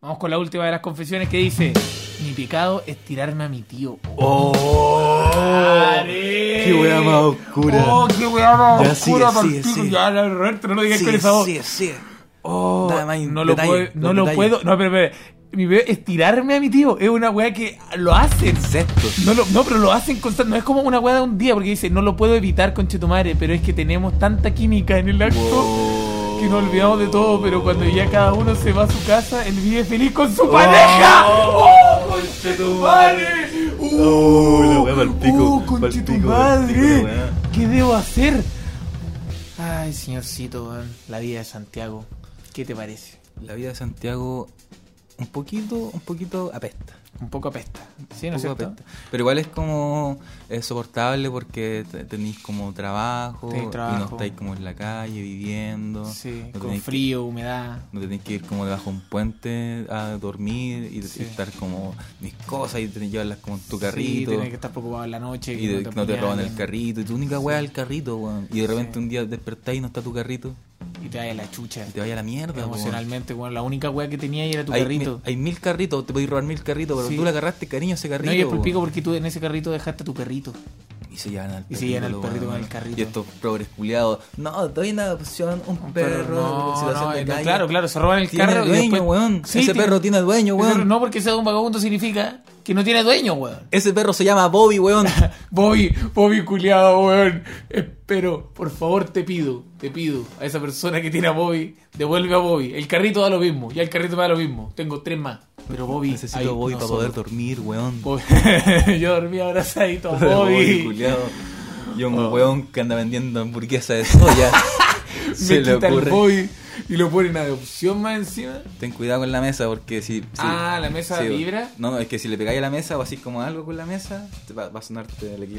Vamos con la última de las confesiones que dice: mi pecado es tirarme a mi tío. ¡Qué weá más oscura! ¡Oh, qué weá más ya, oscura! sigue. Ya, Roberto, no lo digas con esa voz. Sigue. Oh, no lo puedo. No, pero. Mi bebé es tirarme a mi tío. Es una weá que lo hacen. Pero lo hacen constante. No es como una weá de un día, porque dice, no lo puedo evitar, conchetumare, pero es que tenemos tanta química en el acto que nos olvidamos de todo. Pero cuando ya cada uno se va a su casa, él vive feliz con su pareja. ¡Oh, conchetumare! La weá palpico. Conchetumadre. ¿Qué debo hacer? Ay, señorcito, weón. La vida de Santiago. ¿Qué te parece? La vida de Santiago un poquito apesta. Un poco apesta, ¿sí? ¿No es cierto? Apesta. Pero igual es como soportable porque tenéis como trabajo y no estáis como en la calle viviendo. Sí, no con frío, humedad. No tenéis que ir como debajo de un puente a dormir y estar como mis cosas y llevarlas como en tu carrito. Sí, tenés que estar preocupado en la noche. Y no te roban el carrito. Y tu única weá es el carrito, weón. Y de repente un día despertáis y no está tu carrito. Y te vaya a la chucha. Y te vaya a la mierda, emocionalmente, bueno, la única weá que tenía era tu carrito. Hay 1000 carritos, te podéis robar 1000 carritos, pero tú le agarraste cariño a ese carrito. No, y es por pico porque tú en ese carrito dejaste a tu perrito. Y se llevan al perrito con el carrito. Y estos progres culiados. No, doy una adopción, un perro. Claro, se roban el tiene carro. Dueño, y después, weón. Ese perro tiene dueño, weón. No porque sea de un vagabundo significa que no tiene dueño, weón. Ese perro se llama Bobby, weón. Bobby culiado, weón. Pero, por favor, te pido a esa persona que tiene a Bobby, devuelve a Bobby. El carrito da lo mismo, ya el carrito me da lo mismo. Tengo 3 más. Pero Bobby. Necesito a Bobby para poder dormir, weón. Yo dormía abrazadito a Bobby. Culiado. Y un weón que anda vendiendo hamburguesas de soya. Se le ocurre. El Bobby y lo ponen a adopción más encima. Ten cuidado con la mesa porque si la mesa vibra. No, es que si le pegáis a la mesa o así como algo con la mesa, va a sonarte aquí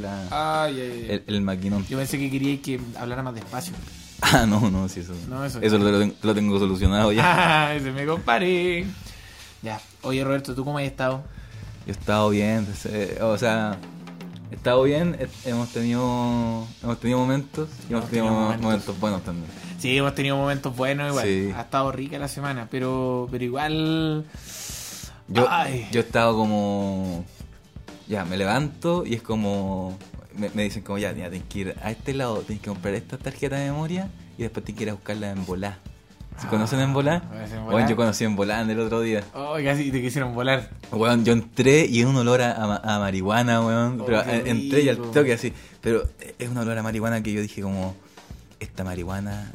el maquinón. Yo pensé que quería que hablara más despacio. No, sí, eso. No, eso lo tengo solucionado ya. Ese me comparé. Ya. Oye, Roberto, ¿tú cómo has estado? Yo he estado bien, o sea, he estado bien, hemos tenido momentos y hemos tenido momentos buenos también. Sí, hemos tenido momentos buenos igual. Sí. Ha estado rica la semana, pero igual... Yo he estado como... Ya, me levanto y es como... Me dicen como ya tienes que ir a este lado, tienes que comprar esta tarjeta de memoria y después tienes que ir a buscarla en Volá. ¿Se conocen en Volá? Bueno, yo conocí en Volá el otro día. Casi te quisieron volar. Bueno, yo entré y es un olor a marihuana, weón. Pero entré y al toque así. Pero es un olor a marihuana que yo dije como... Esta marihuana...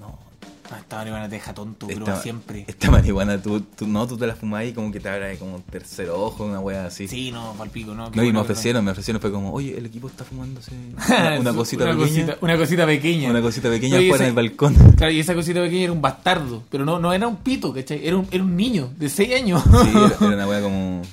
Esta marihuana te deja tonto, pero siempre. Esta marihuana, tú te la fumas y como que te abre como un tercer ojo, una wea así. Sí, no, palpico, ¿no? No, y me ofrecieron, fue como, oye, el equipo está fumándose una cosita pequeña. Una cosita pequeña. Una cosita pequeña afuera en el balcón. Claro, y esa cosita pequeña era un bastardo, pero no era un pito, ¿cachai? Era un niño de 6 años. Sí, era una wea como...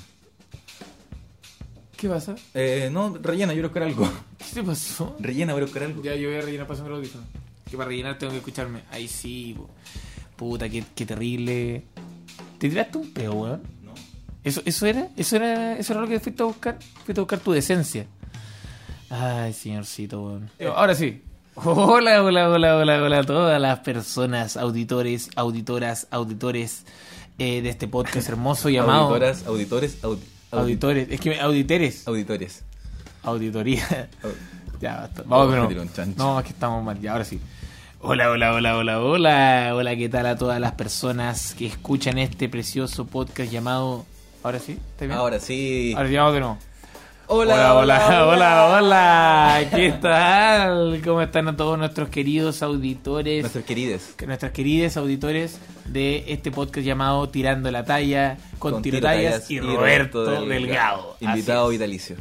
¿Qué pasa? No, rellena, yo quiero buscar algo. ¿Qué te pasó? Rellena, voy a buscar algo. Ya, yo voy a rellenar, pásame el audífono. Que para rellenar tengo que escucharme. Ahí sí, puta, qué terrible. ¿Te tiraste un peo, weón? No. ¿Eso era lo que fuiste a buscar? Fuiste a buscar tu decencia. Ay, señorcito, weón. Ahora sí. Hola a todas las personas, auditores, auditoras, auditores de este podcast hermoso llamado... Auditores. Es que auditores. Auditoría. Ya, basta. Vamos, no, es que estamos mal. Ya, ahora sí. Hola, ¿qué tal a todas las personas que escuchan este precioso podcast llamado... ¿Ahora sí? ¿Está bien? Ahora sí. Ahora sí, vamos de nuevo. Hola, ¿qué tal? ¿Cómo están a todos nuestros queridos auditores? Nuestras queridas auditores de este podcast llamado Tirando la Talla con Tirotallas y Roberto Delgado. Invitado vitalicio.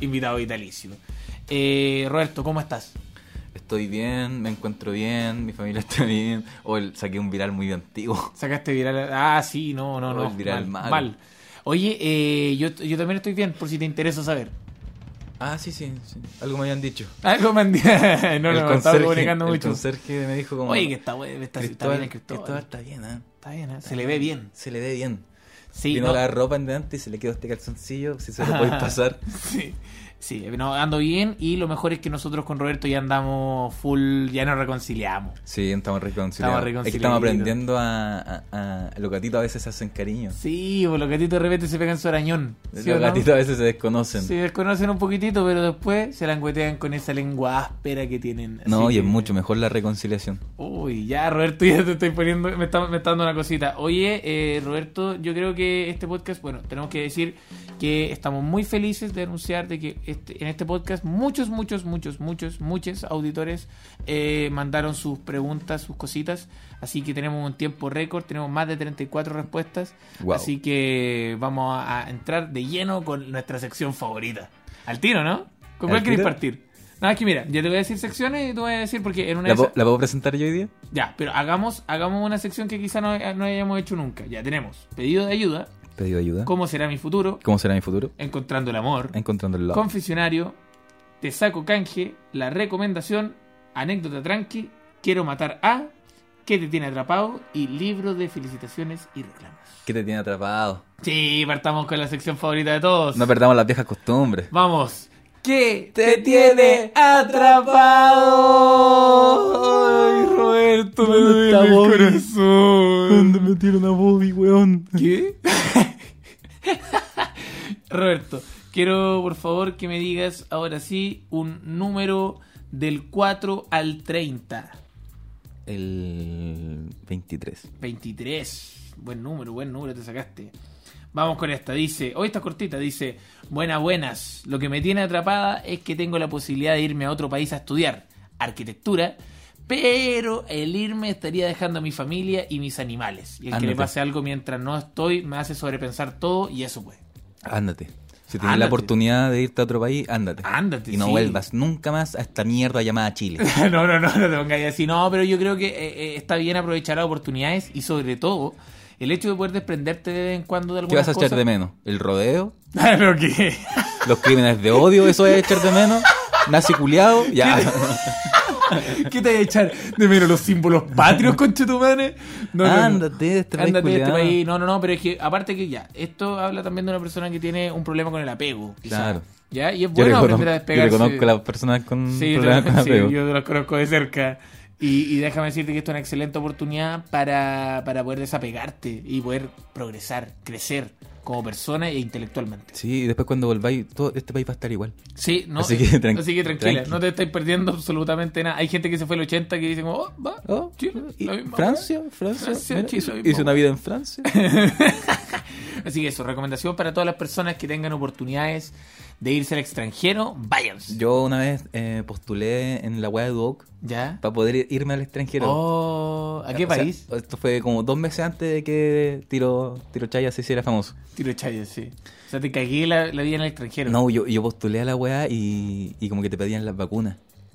Roberto, ¿cómo estás? Estoy bien, me encuentro bien, mi familia está bien. Saqué un viral muy antiguo. ¿Sacaste viral? Sí, no. El viral mal. Oye, yo también estoy bien, por si te interesa saber. Sí. Algo me habían dicho. Me estaba comunicando mucho. El conserje me dijo como... Oye, que está bien el Cristóbal. Está bien, ¿eh? Está bien, ¿eh? Se le ve bien. Se le ve bien. Sí, vino la ropa en delante y se le quedó este calzoncillo, si se lo podéis pasar. Sí. Sí, no, ando bien y lo mejor es que nosotros con Roberto ya andamos full, ya nos reconciliamos. Sí, estamos reconciliados. Es que estamos aprendiendo a los gatitos a veces se hacen cariño. Sí, pues los gatitos de repente se pegan su arañón. ¿Sí Los gatitos a veces se desconocen. Se desconocen un poquitito, pero después se languetean con esa lengua áspera que tienen. No, Así y que... es mucho mejor la reconciliación. Uy, ya Roberto, ya te estoy poniendo, me está dando una cosita. Oye, Roberto, yo creo que este podcast, bueno, tenemos que decir que estamos muy felices de anunciar de que en este podcast muchos auditores mandaron sus preguntas, sus cositas, así que tenemos un tiempo récord, tenemos más de 34 respuestas, wow. Así que vamos a entrar de lleno con nuestra sección favorita. Al tiro, ¿no? ¿Con cuál queréis partir? No, es que mira, yo te voy a decir secciones y tú vas a decir porque en una... ¿La puedo presentar yo hoy día? Ya, pero hagamos una sección que quizá no hayamos hecho nunca. Ya tenemos pedido de ayuda. Pedido de ayuda. ¿Cómo será mi futuro? ¿Cómo será mi futuro? Encontrando el amor. Encontrando el love. Confesionario. Te saco canje. La recomendación. Anécdota tranqui. Quiero matar a. ¿Qué te tiene atrapado? Y libro de felicitaciones y reclamos. ¿Qué te tiene atrapado? Sí, partamos con la sección favorita de todos. No perdamos las viejas costumbres. Vamos. ¿Qué te tiene atrapado? Ay, Roberto, me duele el corazón. ¿Dónde metieron a Bobby, weón? ¿Qué? Roberto, quiero por favor que me digas ahora sí un número del 4 al 30. El 23. 23. Buen número te sacaste. Vamos con esta, dice, hoy está cortita, dice, buenas, lo que me tiene atrapada es que tengo la posibilidad de irme a otro país a estudiar arquitectura, pero el irme estaría dejando a mi familia y mis animales, y el que le pase algo mientras no estoy me hace sobrepensar todo y eso pues. Ándate. Si tienes la oportunidad de irte a otro país, ándate. Y no sí. vuelvas nunca más a esta mierda llamada Chile. No te pongas así, no, pero yo creo que está bien aprovechar las oportunidades y sobre todo... El hecho de poder desprenderte de vez en cuando de algunas cosas... ¿Qué vas a echar de menos? ¿El rodeo? ¿Pero qué? ¿Los crímenes de odio? ¿Eso es echar de menos? ¿Nazi culiado? Ya. ¿Qué te vas a echar de menos? ¿Los símbolos patrios, conchetumane? Ándate de este país. Ándate de este país. No, pero es que aparte que ya, esto habla también de una persona que tiene un problema con el apego. Quizá. Claro. ¿Ya? Y es bueno aprender a despegarse. Yo reconozco a las personas con problemas con apego. Sí, yo las conozco de cerca. Y déjame decirte que esto es una excelente oportunidad para poder desapegarte y poder progresar, crecer como persona e intelectualmente. Sí, y después cuando volváis, todo este país va a estar igual. Sí, no, así que tranquila, no te estáis perdiendo absolutamente nada. Hay gente que se fue el 80 que dice como, Chile, Francia, mira, hizo una vida en Francia. Así que eso, recomendación para todas las personas que tengan oportunidades de irse al extranjero, váyanse. Yo una vez postulé en la web de Duoc. ¿Ya? Para poder irme al extranjero. ¿A qué país? Esto fue como 2 meses antes de que Tiro Chaya se hiciera famoso. Tiro Chaya, sí. O sea, te cagué la vida en el extranjero. No, yo postulé a la weá y como que te pedían las vacunas.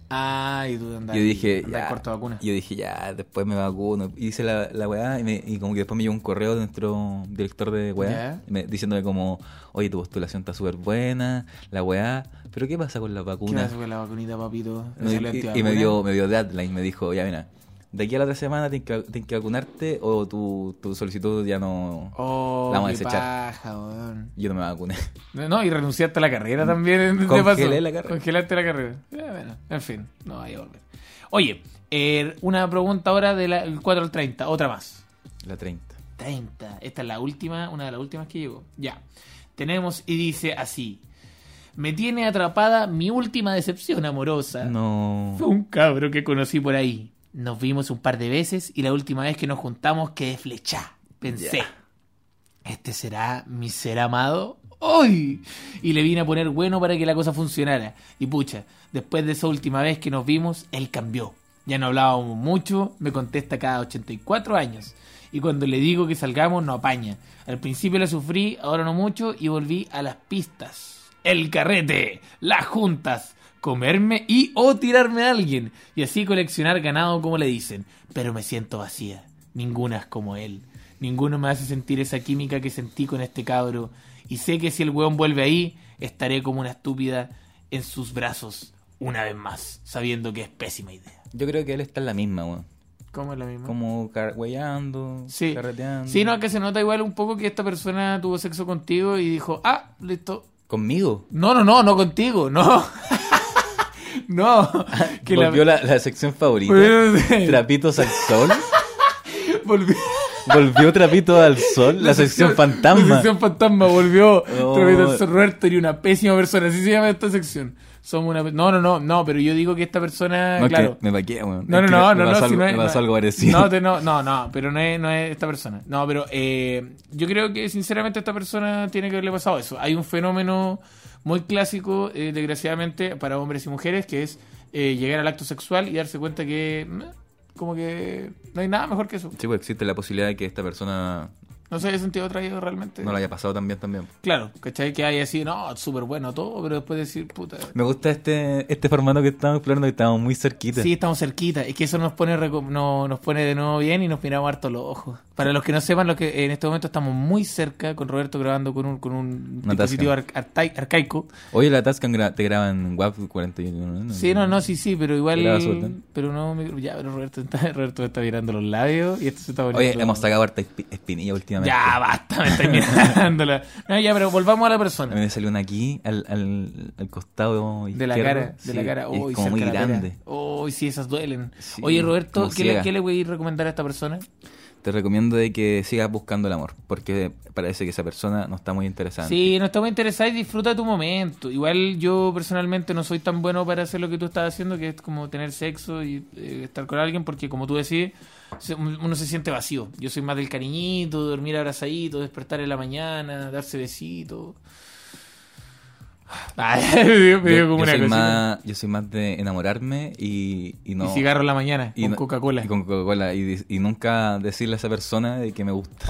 Y tú andás. Yo dije, vacuna. Yo dije, ya, después me vacuno. Hice la weá y como que después me llegó un correo de nuestro director de weá diciéndome como, oye, tu postulación está súper buena, la weá, pero ¿qué pasa con la vacuna? ¿Qué pasa con la vacunita, papito? Y me dio deadline, me dijo, ya, mira, de aquí a la otra semana tienes que vacunarte o tu solicitud ya no la vamos a desechar. Paja, yo no me vacuné. No, y renunciaste a la carrera también. Congelé la carrera. Congelaste la carrera. Bueno, en fin, no vaya a volver. Oye, una pregunta ahora del 4 al 30, otra más. La 30. Esta es la última, una de las últimas que llegó. Ya. Tenemos y dice así. Me tiene atrapada mi última decepción amorosa. No. Fue un cabro que conocí por ahí. Nos vimos un par de veces y la última vez que nos juntamos quedé flechá. Pensé, ¿este será mi ser amado? ¡Ay! Y le vine a poner bueno para que la cosa funcionara. Y pucha, después de esa última vez que nos vimos, él cambió. Ya no hablábamos mucho, me contesta cada 84 años. Y cuando le digo que salgamos, no apaña. Al principio la sufrí, ahora no mucho, y volví a las pistas. El carrete, las juntas, comerme o tirarme a alguien, y así coleccionar ganado como le dicen. Pero me siento vacía, ninguna es como él. Ninguno me hace sentir esa química que sentí con este cabro, y sé que si el weón vuelve ahí, estaré como una estúpida en sus brazos una vez más, sabiendo que es pésima idea. Yo creo que él está en la misma, weón. ¿Cómo es la misma? Como weyando, sí. carreteando. Sí, no, que se nota igual un poco que esta persona tuvo sexo contigo y dijo, listo. ¿Conmigo? No contigo, no. No. Que volvió la sección favorita. Trapitos al sol. Volvió Trapito al Sol, la sección fantasma. La sección fantasma volvió. Trapito al Sol. Roberto era una pésima persona, así se llama esta sección. Somos una... No, pero yo digo que esta persona, no, claro. Me paqué, weón. No, me pasó algo parecido. No, pero no es esta persona. No, pero yo creo que sinceramente esta persona tiene que haberle pasado eso. Hay un fenómeno muy clásico, desgraciadamente, para hombres y mujeres, que es llegar al acto sexual y darse cuenta que como que no hay nada mejor que eso. Sí, pues existe la posibilidad de que esta persona no se haya sentido atraído realmente. No lo haya pasado también. Claro, ¿cachai? Que haya sido, súper bueno todo, pero después decir, puta. Me gusta este formato que estamos explorando, que estamos muy cerquita. Sí, estamos cerquita. Es que eso nos pone de nuevo bien y nos miramos harto los ojos. Para los que no sepan, lo que en este momento estamos muy cerca con Roberto grabando con un dispositivo arcaico. Oye, la Tascam te graba en WAV 41. ¿no? Sí, sí, pero igual. Pero no, pero Roberto está mirando los labios y esto se está volviendo. Oye, hemos sacado harta espinilla últimamente. Ya, basta, me estoy mirándola. No, ya, pero volvamos a la persona. A mí me salió una aquí, al costado de la cara. Sí, de la cara. Es como muy grande. Sí, esas duelen. Sí, oye, Roberto, ¿qué le voy a recomendar a esta persona? Te recomiendo de que sigas buscando el amor, porque parece que esa persona no está muy interesada. Sí, no está muy interesada y disfruta tu momento. Igual yo personalmente no soy tan bueno para hacer lo que tú estás haciendo, que es como tener sexo y estar con alguien, porque como tú decís, uno se siente vacío. Yo soy más del cariñito, dormir abrazadito, despertar en la mañana, darse besitos. Yo soy más de enamorarme y no. Y cigarro en la mañana, con Coca-Cola. Y con Coca-Cola. Y nunca decirle a esa persona de que me gusta.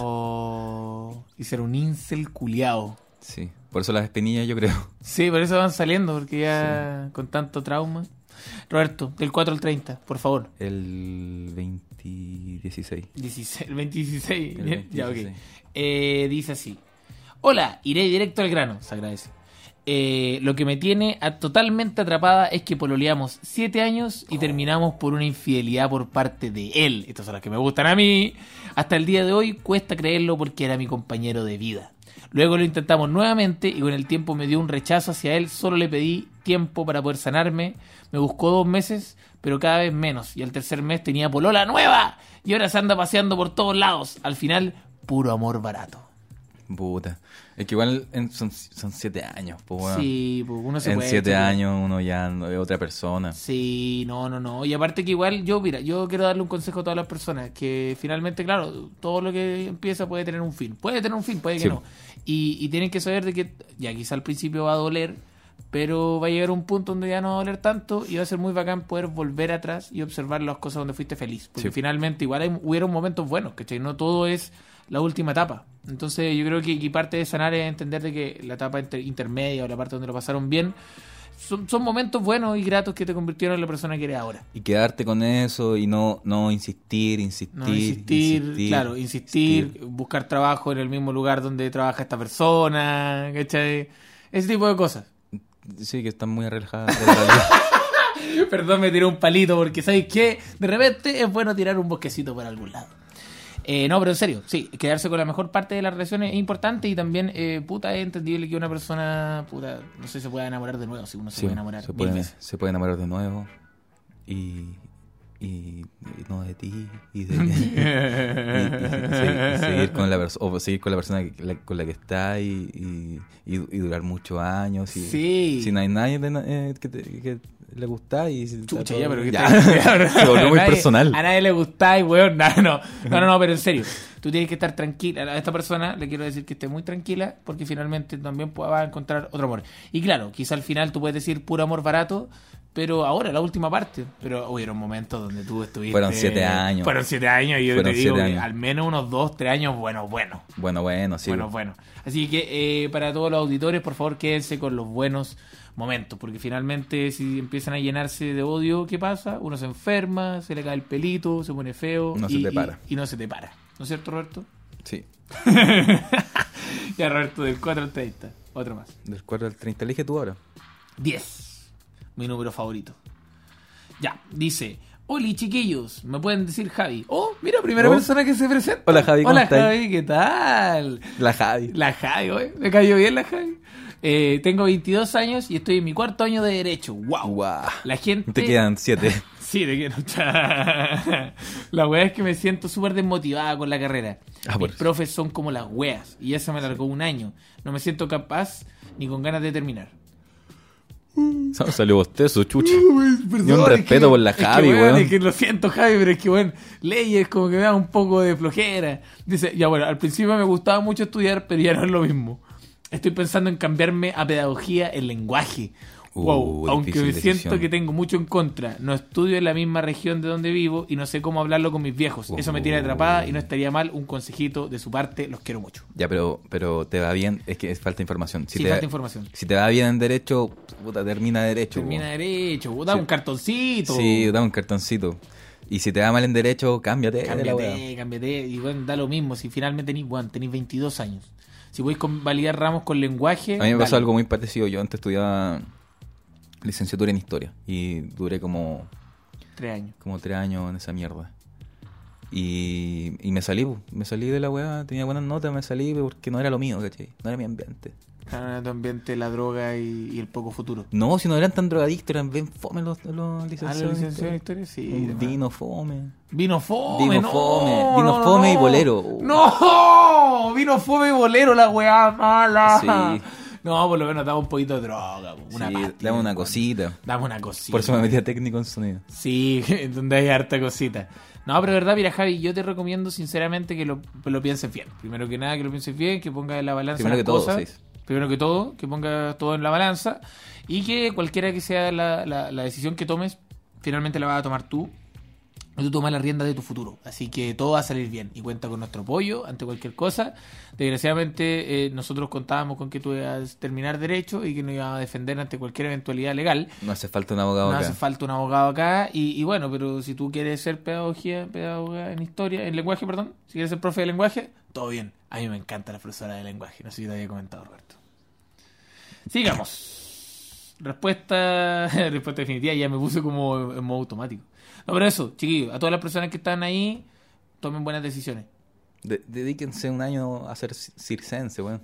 Y ser un incel culiao. Sí, por eso las espinillas yo creo. Sí, por eso van saliendo, porque ya con tanto trauma. Roberto, del 4 al 30, por favor. El 2016. El 2016. Ya, ok. Dice así. Hola, iré directo al grano, se agradece. Lo que me tiene totalmente atrapada es que pololeamos 7 años y terminamos por una infidelidad por parte de él. Estas son las que me gustan a mí. Hasta el día de hoy cuesta creerlo porque era mi compañero de vida. Luego lo intentamos nuevamente y con el tiempo me dio un rechazo hacia él. Solo le pedí tiempo para poder sanarme. Me buscó 2 meses, pero cada vez menos. Y al tercer mes tenía polola nueva y ahora se anda paseando por todos lados. Al final, puro amor barato. Puta. Es que igual son 7 años, pues bueno. Sí, pues uno se puede. En 7 años uno ya no es otra persona. Sí, no. Y aparte que igual yo quiero darle un consejo a todas las personas, que finalmente, claro, todo lo que empieza puede tener un fin. Puede tener un fin, puede que no. Y tienen que saber de que ya quizá al principio va a doler, pero va a llegar un punto donde ya no va a doler tanto y va a ser muy bacán poder volver atrás y observar las cosas donde fuiste feliz. Porque finalmente igual hubieron momentos buenos, ¿cachai? No todo es la última etapa. Entonces yo creo que parte de sanar es entender de que la etapa intermedia o la parte donde lo pasaron bien son momentos buenos y gratos que te convirtieron en la persona que eres ahora. Y quedarte con eso y no insistir, claro, buscar trabajo en el mismo lugar donde trabaja esta persona, ¿cachai? Ese tipo de cosas. Sí, que están muy relajadas de la vida. Perdón, me tiré un palito porque ¿sabes qué? De repente es bueno tirar un bosquecito por algún lado. No, pero en serio, sí, quedarse con la mejor parte de la relación es importante y también, es entendible que una persona, no sé, se pueda enamorar de nuevo, si uno se puede enamorar se puede enamorar de nuevo y no de ti y seguir con la persona con la que está y durar muchos años si no hay nadie que le gusta y chucha ya, pero que se volvió muy personal. A nadie le gusta y weón, no, pero en serio, tú tienes que estar tranquila. A esta persona le quiero decir que esté muy tranquila porque finalmente también va a encontrar otro amor. Y claro, quizá al final tú puedes decir puro amor barato, pero ahora, la última parte. Pero hubieron momentos donde tú estuviste... Fueron 7 años. Fueron 7 años y yo te digo que al menos unos 2, 3 años, bueno, sí. Bueno. Así que para todos los auditores, por favor, quédense con los buenos momentos, porque finalmente si empiezan a llenarse de odio, ¿qué pasa? Uno se enferma, se le cae el pelito, se pone feo y no se te para. ¿No es cierto, Roberto? Sí. Ya, Roberto, del 4 al 30. Otro más. Del 4 al 30. Elige tú ahora. 10. Mi número favorito. Ya, dice: Oli, chiquillos, me pueden decir Javi. Oh, mira, primera Oh. persona que se presenta. Hola, Javi, ¿cómo Hola, estás? Javi, ¿qué tal? La Javi. La Javi, güey. Me cayó bien la Javi. Tengo 22 años y estoy en mi 4º año de Derecho. ¡Wow! Guau. La gente... Te quedan 7. Sí, te quiero. La wea es que me siento súper desmotivada con la carrera. Ah, por Mis eso. profes son como las weas y ya se me alargó un año. No me siento capaz ni con ganas de terminar. Salió bostezo, chucha. Perdón, Y un es respeto por la Javi, weón. Es que lo siento, Javi, pero es que, bueno, leyes como que me da un poco de flojera. Dice, ya bueno, al principio me gustaba mucho estudiar, pero ya no es lo mismo. Estoy pensando en cambiarme a pedagogía en lenguaje. Wow, aunque difícil me siento decisión. que tengo mucho en contra. No estudio en la misma región de donde vivo y no sé cómo hablarlo con mis viejos. Eso me tiene atrapada y no estaría mal un consejito de su parte. Los quiero mucho. Ya, pero te va bien. Es que falta información. Sí, te, falta información. Si te va bien en derecho, puta, termina derecho. Termina weón. derecho, da Sí. un cartoncito. Sí, da un cartoncito. Y si te va mal en derecho, cámbiate. de la weá. Cámbiate. Y bueno, da lo mismo. Si finalmente tenés 22 años. Si podéis validar ramos con lenguaje. A mí me pasó dale. algo muy parecido. Yo antes estudiaba licenciatura en historia y duré como 3 años. 3 años en esa mierda. Y me salí, me salí de la weá, tenía buenas notas, me salí porque no era lo mío, ¿cachai? No era mi ambiente. Claro, en tu ambiente, la droga y el poco futuro. No, si no eran tan drogadictos, eran bien fome los Ah, licenciados. la licenciatura en historia, sí. Un ¿verdad? vino fome. Vino fome, Vino no, fome, no, vino no, fome no. y bolero. No, vino fome y bolero, la weá mala. Sí. No, por lo menos damos un poquito de droga. Una Sí, pastilla, dame una weón. cosita. Dame una cosita. Por eso me metí a técnico en sonido. Sí, donde hay harta cosita. No, pero de verdad, mira, Javi, yo te recomiendo sinceramente que lo pienses bien. Primero que nada, que lo pienses bien, que pongas en la balanza Primero las que todo, cosas. sí. Primero que todo, que pongas todo en la balanza. Y que cualquiera que sea la decisión que tomes, finalmente la vas a tomar tú. Y tú tomas la rienda de tu futuro. Así que todo va a salir bien. Y cuenta con nuestro apoyo ante cualquier cosa. Desgraciadamente, nosotros contábamos con que tú ibas a terminar derecho y que nos ibas a defender ante cualquier eventualidad legal. No hace falta un abogado No acá. hace falta un abogado acá. Y bueno, pero si tú quieres ser pedagoga en historia, en lenguaje, perdón. Si quieres ser profe de lenguaje, todo bien. A mí me encanta la profesora de lenguaje. No sé si te había comentado, Roberto. Sigamos. Respuesta definitiva. Ya me puse como en modo automático. No, pero eso, chiquillos, a todas las personas que están ahí, tomen buenas decisiones. Dedíquense un año a ser circense, weón.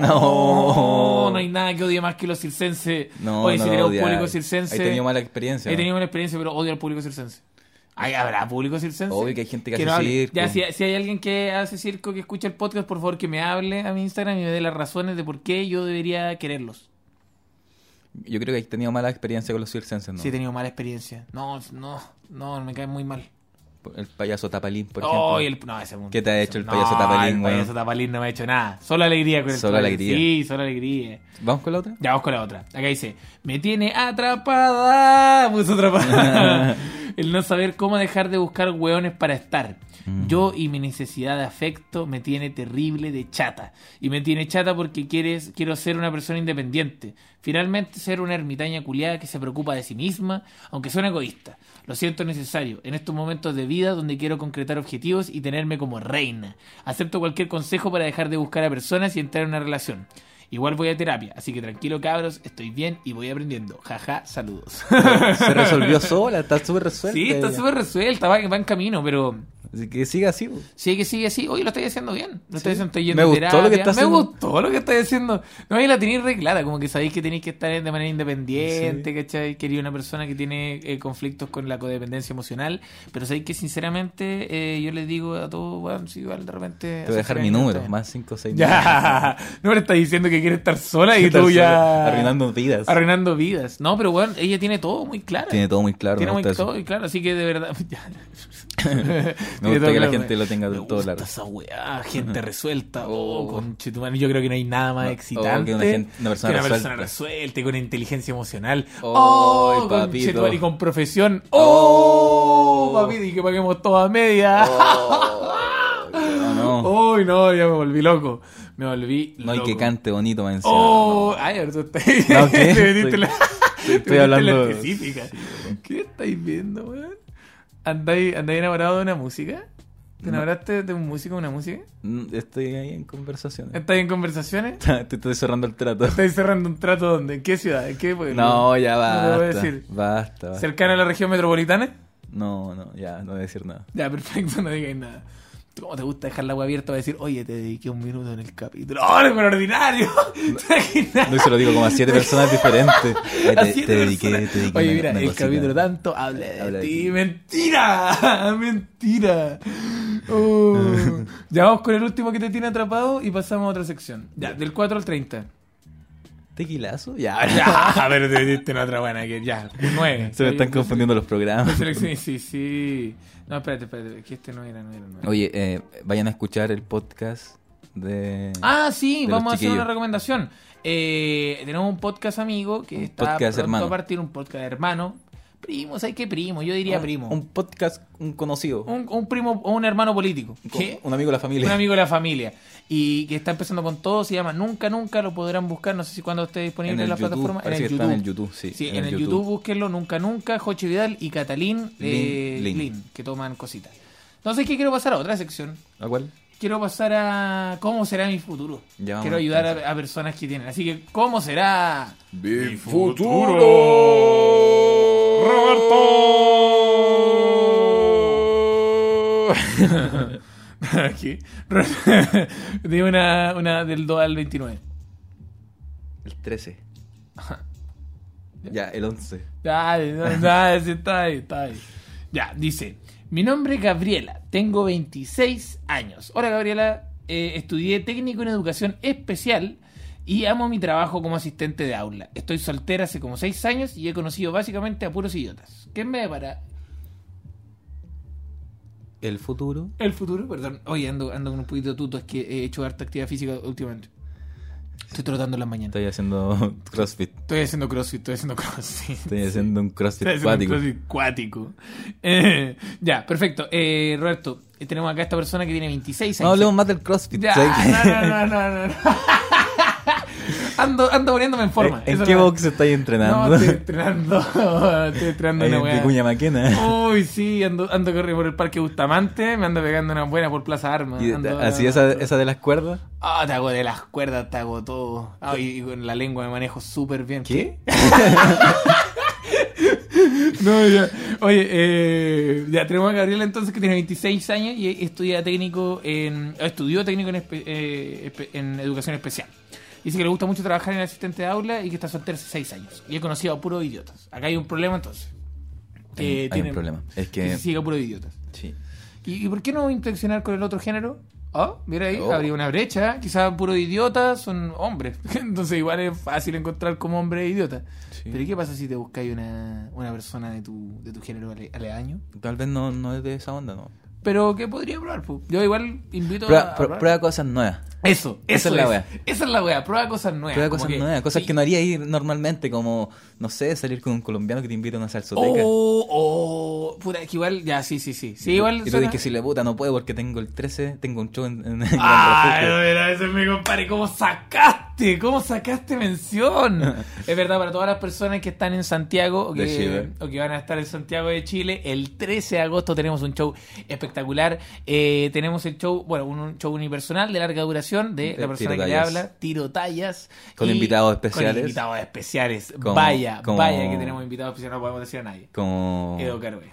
No hay nada que odie más que los circenses. No, Oye, no si lo tenemos odiar. público circense. He tenido mala experiencia. He ¿no? tenido una experiencia, pero odio al público circense. ¿Habrá público circense? Obvio que hay gente que no hace hable. circo. Ya, si hay alguien que hace circo, que escucha el podcast, por favor que me hable a mi Instagram y me dé las razones de por qué yo debería quererlos. Yo creo que he tenido mala experiencia con los circenses, ¿no? Sí, he tenido mala experiencia. No, me cae muy mal. El payaso Tapalín, por Oh, ejemplo. no, ese mundo. ¿Qué te ha hecho el No, payaso Tapalín, el weón? payaso Tapalín no me ha hecho nada. Solo alegría con el Solo payaso. alegría. Sí, solo alegría. ¿Vamos con la otra? Ya vamos con la otra. Acá dice, me tiene atrapada. Puso atrapada. El no saber cómo dejar de buscar hueones para estar. Yo y mi necesidad de afecto me tiene terrible de chata. Y me tiene chata porque quiero ser una persona independiente. Finalmente ser una ermitaña culiada que se preocupa de sí misma, aunque suene egoísta. Lo siento necesario en estos momentos de vida donde quiero concretar objetivos y tenerme como reina. Acepto cualquier consejo para dejar de buscar a personas y entrar en una relación. Igual voy a terapia, así que tranquilo cabros, estoy bien y voy aprendiendo. Jaja, saludos. Se resolvió sola, está súper resuelta. Sí, está súper resuelta, va en camino, pero Así que siga así, po. sí que sigue así. Oye, lo estáis haciendo bien. Lo estáis haciendo, estoy Me yendo a gustó terapia. lo que estás haciendo. Me gustó lo que estáis haciendo. No, y la tenéis re clara, como que sabéis que tenéis que estar de manera independiente, ¿cachai? Quería una persona que tiene conflictos con la codependencia emocional, pero sabéis que sinceramente yo les digo a todos, bueno, si igual de repente... Te voy a dejar mi número, más 5 6 Ya, no me estás diciendo que quiere estar sola y Estar tú sola, ya... arruinando vidas. Arruinando vidas. No, pero bueno, ella tiene todo muy claro. Tiene todo muy claro, Tiene me muy gusta eso. todo muy claro, así que de verdad... ya. Me gusta que la gente lo tenga Me todo claro. gusta esa weá, gente resuelta. Oh. Conchetumare, yo creo que no hay nada más excitante que una persona que una resuelta. persona resuelta y con inteligencia emocional. Oh, papito. Conchetumare, y con profesión. Oh, Oh. papito, y que paguemos todas medias. No. Uy, no, ya me volví loco. Me volví No hay loco. que cante bonito más encima. Oh, No. ay, ahorita está... No, ¿qué? Te metiste en la... Estoy te metiste en hablando- la específica. ¿Qué estáis viendo, weón? ¿Andáis enamorado de una música? ¿Te enamoraste de un músico o una música? Estoy ahí en conversaciones. ¿Estáis en conversaciones? Te estoy cerrando el trato. ¿Estáis cerrando un trato dónde? ¿En qué ciudad? ¿En qué pueblo? No, ya No te voy a basta. decir. Basta. ¿Cercano a la región metropolitana? No, ya, no voy a decir nada. Ya, perfecto, no digáis nada. ¿Cómo te gusta dejar la agua abierta para decir, oye, te dediqué 1 minuto en el capítulo? ¡Oh, no, ordinario! No, y se lo digo como a 7 personas diferentes. Te dediqué Oye, mira, una el cosita. capítulo tanto, habla Habla de de ti. ti. ¡Mentira! ¡Mentira! Ya vamos con el último que te tiene atrapado y pasamos a otra sección. Ya, del 4 al 30. ¿Tequilazo? Ya, Ya, pero te diste una otra buena que ya, un 9. Se me están confundiendo los programas. Sí. No, espérate, que este no era. Oye, vayan a escuchar el podcast de... Ah, sí, de vamos los a hacer una chiquillos. recomendación. Tenemos un podcast amigo que está podcast pronto hermano. a partir, un podcast hermano. Primo, ¿sabes qué primo? Yo diría primo. Un podcast, un conocido. Un primo o un hermano político. ¿Qué? Un amigo de la familia. Un amigo de la familia. Y que está empezando con todo, se llama Nunca, lo podrán buscar, no sé si cuando esté disponible en la YouTube, plataforma. parece que está en el YouTube, sí. Sí, en el YouTube búsquenlo, Nunca, Joche Vidal y Catalín Lin, que toman cositas. Entonces, ¿qué quiero pasar a otra sección? ¿A cuál? Quiero pasar a cómo será mi futuro. Ya vamos, Quiero ayudar entonces. a personas que tienen. Así que, ¿cómo será Mi Roberto? Aquí. Dime una del 2 al 29. El 13. Ya, el 11. Dale, sí, está ahí. Ya, dice: mi nombre es Gabriela, tengo 26 años. Hola Gabriela, estudié técnico en educación especial y amo mi trabajo como asistente de aula. Estoy soltera hace como 6 años y he conocido básicamente a puros idiotas. ¿Qué me depara El futuro. el futuro? Perdón, oye, ando con un poquito de tuto, es que he hecho harta actividad física últimamente. Estoy trotando en las mañanas. Estoy haciendo CrossFit. Estoy haciendo crossfit. Estoy haciendo un CrossFit Estoy haciendo acuático. un crossfit cuático. Ya, perfecto. Roberto, tenemos acá a esta persona que tiene 26 años. No hablemos más del CrossFit. Ya, ¿sabes? no. Ando poniéndome en forma. ¿En Eso qué no- box estáis entrenando? No, estoy entrenando Ahí una en weá. Vicuña Maquena. Uy, sí, ando corriendo por el Parque Bustamante, me ando pegando una buena por Plaza Armas. Y así esa de las cuerdas. Ah, te hago de las cuerdas, te hago todo. Ah, y con la lengua me manejo súper bien. ¿Qué? No, ya. Oye, ya tenemos a Gabriela entonces que tiene 26 años y estudió técnico en en educación especial. Dice que le gusta mucho trabajar en asistente de aula y que está soltera hace 6 años. Y he conocido a puros idiotas. Acá hay un problema entonces. Hay un problema. Es que... se sigue a puros idiotas. Sí. ¿Y por qué no intencionar con el otro género? Oh, mira ahí, Oh. habría una brecha. Quizás puros idiotas son hombres. Entonces igual es fácil encontrar como hombre idiota. Sí. Pero ¿y qué pasa si te buscáis una persona de tu género aledaño? Tal vez no es de esa onda, ¿no? Pero que podría probar, po. Yo igual invito a probar. Prueba cosas nuevas. Eso Esa es la wea. Esa es la wea, prueba cosas nuevas. Prueba como cosas nuevas. Cosas sí. que no haría ir normalmente, como, no sé, salir con un colombiano que te invita a una salsoteca. Puta, es que igual, ya, sí. Sí, igual. Y tú suena- dices que si le puta no puedo porque tengo el 13, tengo un show en Gran Ay, Refugio. mira, ese es mi compadre. ¿Cómo sacaste mención? Es verdad, para todas las personas que están en Santiago De Chile. o que van a estar en Santiago de Chile, el 13 de agosto tenemos un show espectacular. Tenemos el show, bueno, un show unipersonal de larga duración de la persona que le Tirotallas. habla, Tirotallas. Con y invitados especiales. Con invitados especiales. Como- Vaya como- que tenemos invitados especiales, no podemos decir a nadie. Como Edo Caroe.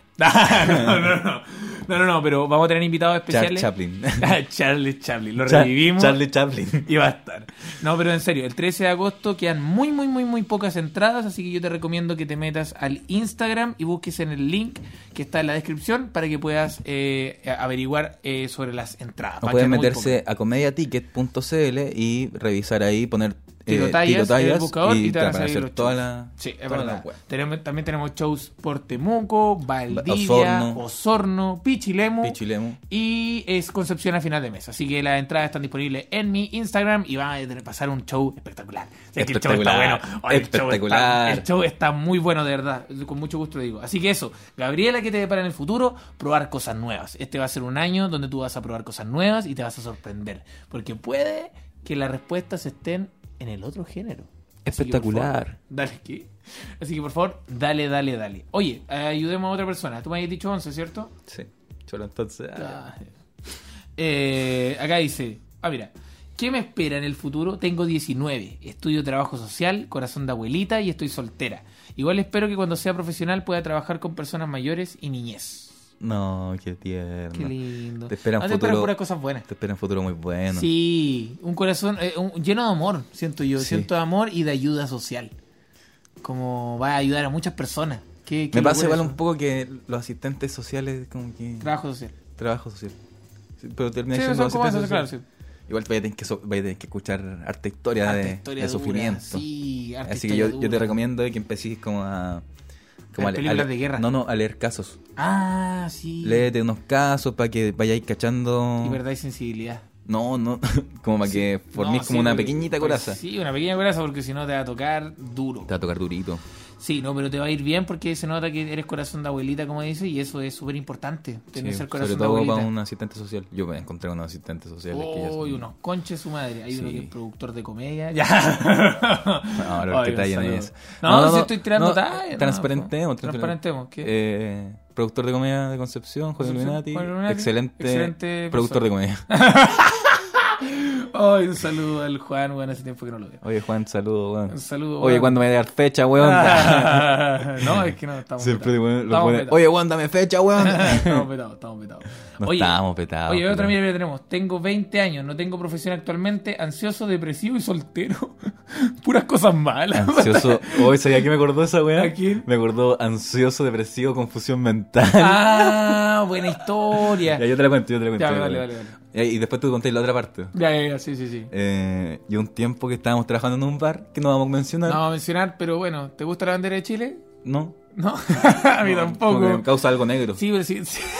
No, pero vamos a tener invitados especiales. Chaplin. Charlie Chaplin. Lo revivimos. Charlie Chaplin. Y va a estar. No, pero en serio, el 13 de agosto quedan muy pocas entradas, así que yo te recomiendo que te metas al Instagram y busques en el link que está en la descripción para que puedas averiguar sobre las entradas. O Va a pueden quedar muy meterse a comediaticket.cl y revisar ahí, poner Tirotallas en el buscador y te van a salir aparecer los toda shows. la Sí, es toda verdad. la web. También tenemos shows por Temuco, Valdivia, Osorno. Osorno, Pichilemu. Pichilemu. Y es Concepción a final de mes. Así que las entradas están disponibles en mi Instagram y van a pasar un show espectacular. O sea, que el show está bueno. Oye, Espectacular. El show está muy bueno, de verdad. Con mucho gusto le digo. Así que eso, Gabriela, ¿qué te depara en el futuro? Probar cosas nuevas. Este va a ser un año donde tú vas a probar cosas nuevas y te vas a sorprender. Porque puede que las respuestas estén en el otro género. Así que, por Espectacular. favor, dale, ¿qué? Así que por favor, dale. Oye, ayudemos a otra persona. Tú me habías dicho 11, ¿cierto? Sí. Cholo, entonces. Acá dice, mira, ¿Qué me espera en el futuro? Tengo 19, estudio trabajo social, corazón de abuelita y estoy soltera. Igual espero que cuando sea profesional pueda trabajar con personas mayores y niñez. No, qué tierno. Qué lindo. Te esperan te esperan puras cosas buenas. Te esperan un futuro muy bueno. Sí, un corazón lleno de amor, siento yo. Sí. Siento de amor y de ayuda social. Como va a ayudar a muchas personas. Me pasa igual un poco que los asistentes sociales como que... Trabajo social. Trabajo social. Sí, pero termina Sí, siendo son como asistente eso, claro, social. sí. Igual vaya a tener que escuchar harta historia de dura, sufrimiento. Sí, harta Así que historia yo te dura. recomiendo que empieces como a películas de guerra. No, a leer casos. Ah, sí. Léete unos casos para que vayáis cachando. Y verdad y sensibilidad. No, como para que formís como una pequeñita coraza. Sí, una pequeña coraza, porque si no te va a tocar duro. Te va a tocar durito. Sí, no, pero te va a ir bien porque se nota que eres corazón de abuelita, como dice, y eso es súper importante. Tener Sí, ser corazón sobre de todo abuelita. para un asistente social. Yo me encontré con unos asistentes sociales que ya son... Unos conches su madre. Hay uno Sí. que es productor de comedia. Ya. No, los que tallan es... No, si estoy tirando talla. Transparentemos. Transparentemos. ¿Qué? Productor de comedia de Concepción, José Illuminati. Juan Illuminati, Excelente productor de comedia. Ay, un saludo al Juan, bueno, hace tiempo que no lo veo. Oye, Juan, saludo, weón. Un saludo, Oye, weón. ¿cuándo me voy a dar fecha, weón? No, es que no, estamos Siempre petados. weón, Estamos petados. Oye, Juan, dame fecha, weón. Estamos petados. No estábamos petados. Oye, otra pero- mira que tenemos. Tengo 20 años, no tengo profesión actualmente, ansioso, depresivo y soltero. Puras cosas malas. Ansioso. Hoy, ¿sabía qué me acordó esa weá? ¿A quién? Me acordó ansioso, depresivo, confusión mental. Ah, buena historia. Ya, yo te la cuento. Ya, vale. Y después tú contéis la otra parte. Ya, sí. Y un tiempo que estábamos trabajando en un bar, que no vamos a mencionar. No vamos a mencionar, pero bueno, ¿te gusta la bandera de Chile? No. No, a mí No, tampoco. como que causa algo negro. Sí, pero sí.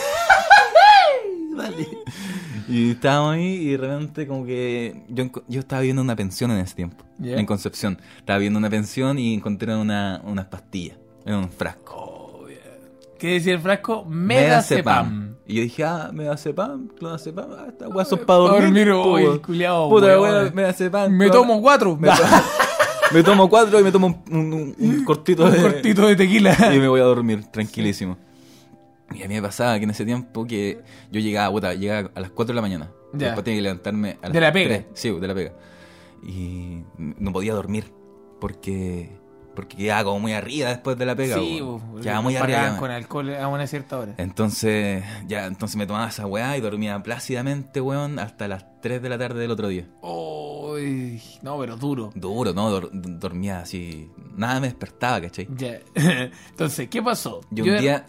Dale. Y estábamos ahí y de repente como que yo estaba viendo una pensión en ese tiempo. Ya. En Concepción. Estaba viendo una pensión y encontré unas pastillas en un frasco. ¿Qué decía el frasco? Medacepam. Y yo dije, Medacepam, clonazepam, esta weá son para dormir. Uy, culiao, Puta weón. weá, Medacepam. Me tomo 4. Me tomo 4 y me tomo un cortito de... cortito de tequila. Y me voy a dormir, tranquilísimo. Y a mí me pasaba que en ese tiempo que yo llegaba a las 4 de la mañana. Ya. Después tenía que levantarme a las ¿De la pega? 3. Sí, de la pega. Y no podía dormir porque quedaba como muy arriba después de la pega. Sí, quedaba muy pagaban arriba. con alcohol a una cierta hora. Entonces me tomaba esa weá y dormía plácidamente, weón, hasta las 3 de la tarde del otro día. Uy, no, pero duro. Duro, ¿no? Dormía así. Nada me despertaba, ¿cachai? Ya. Entonces, ¿qué pasó? Yo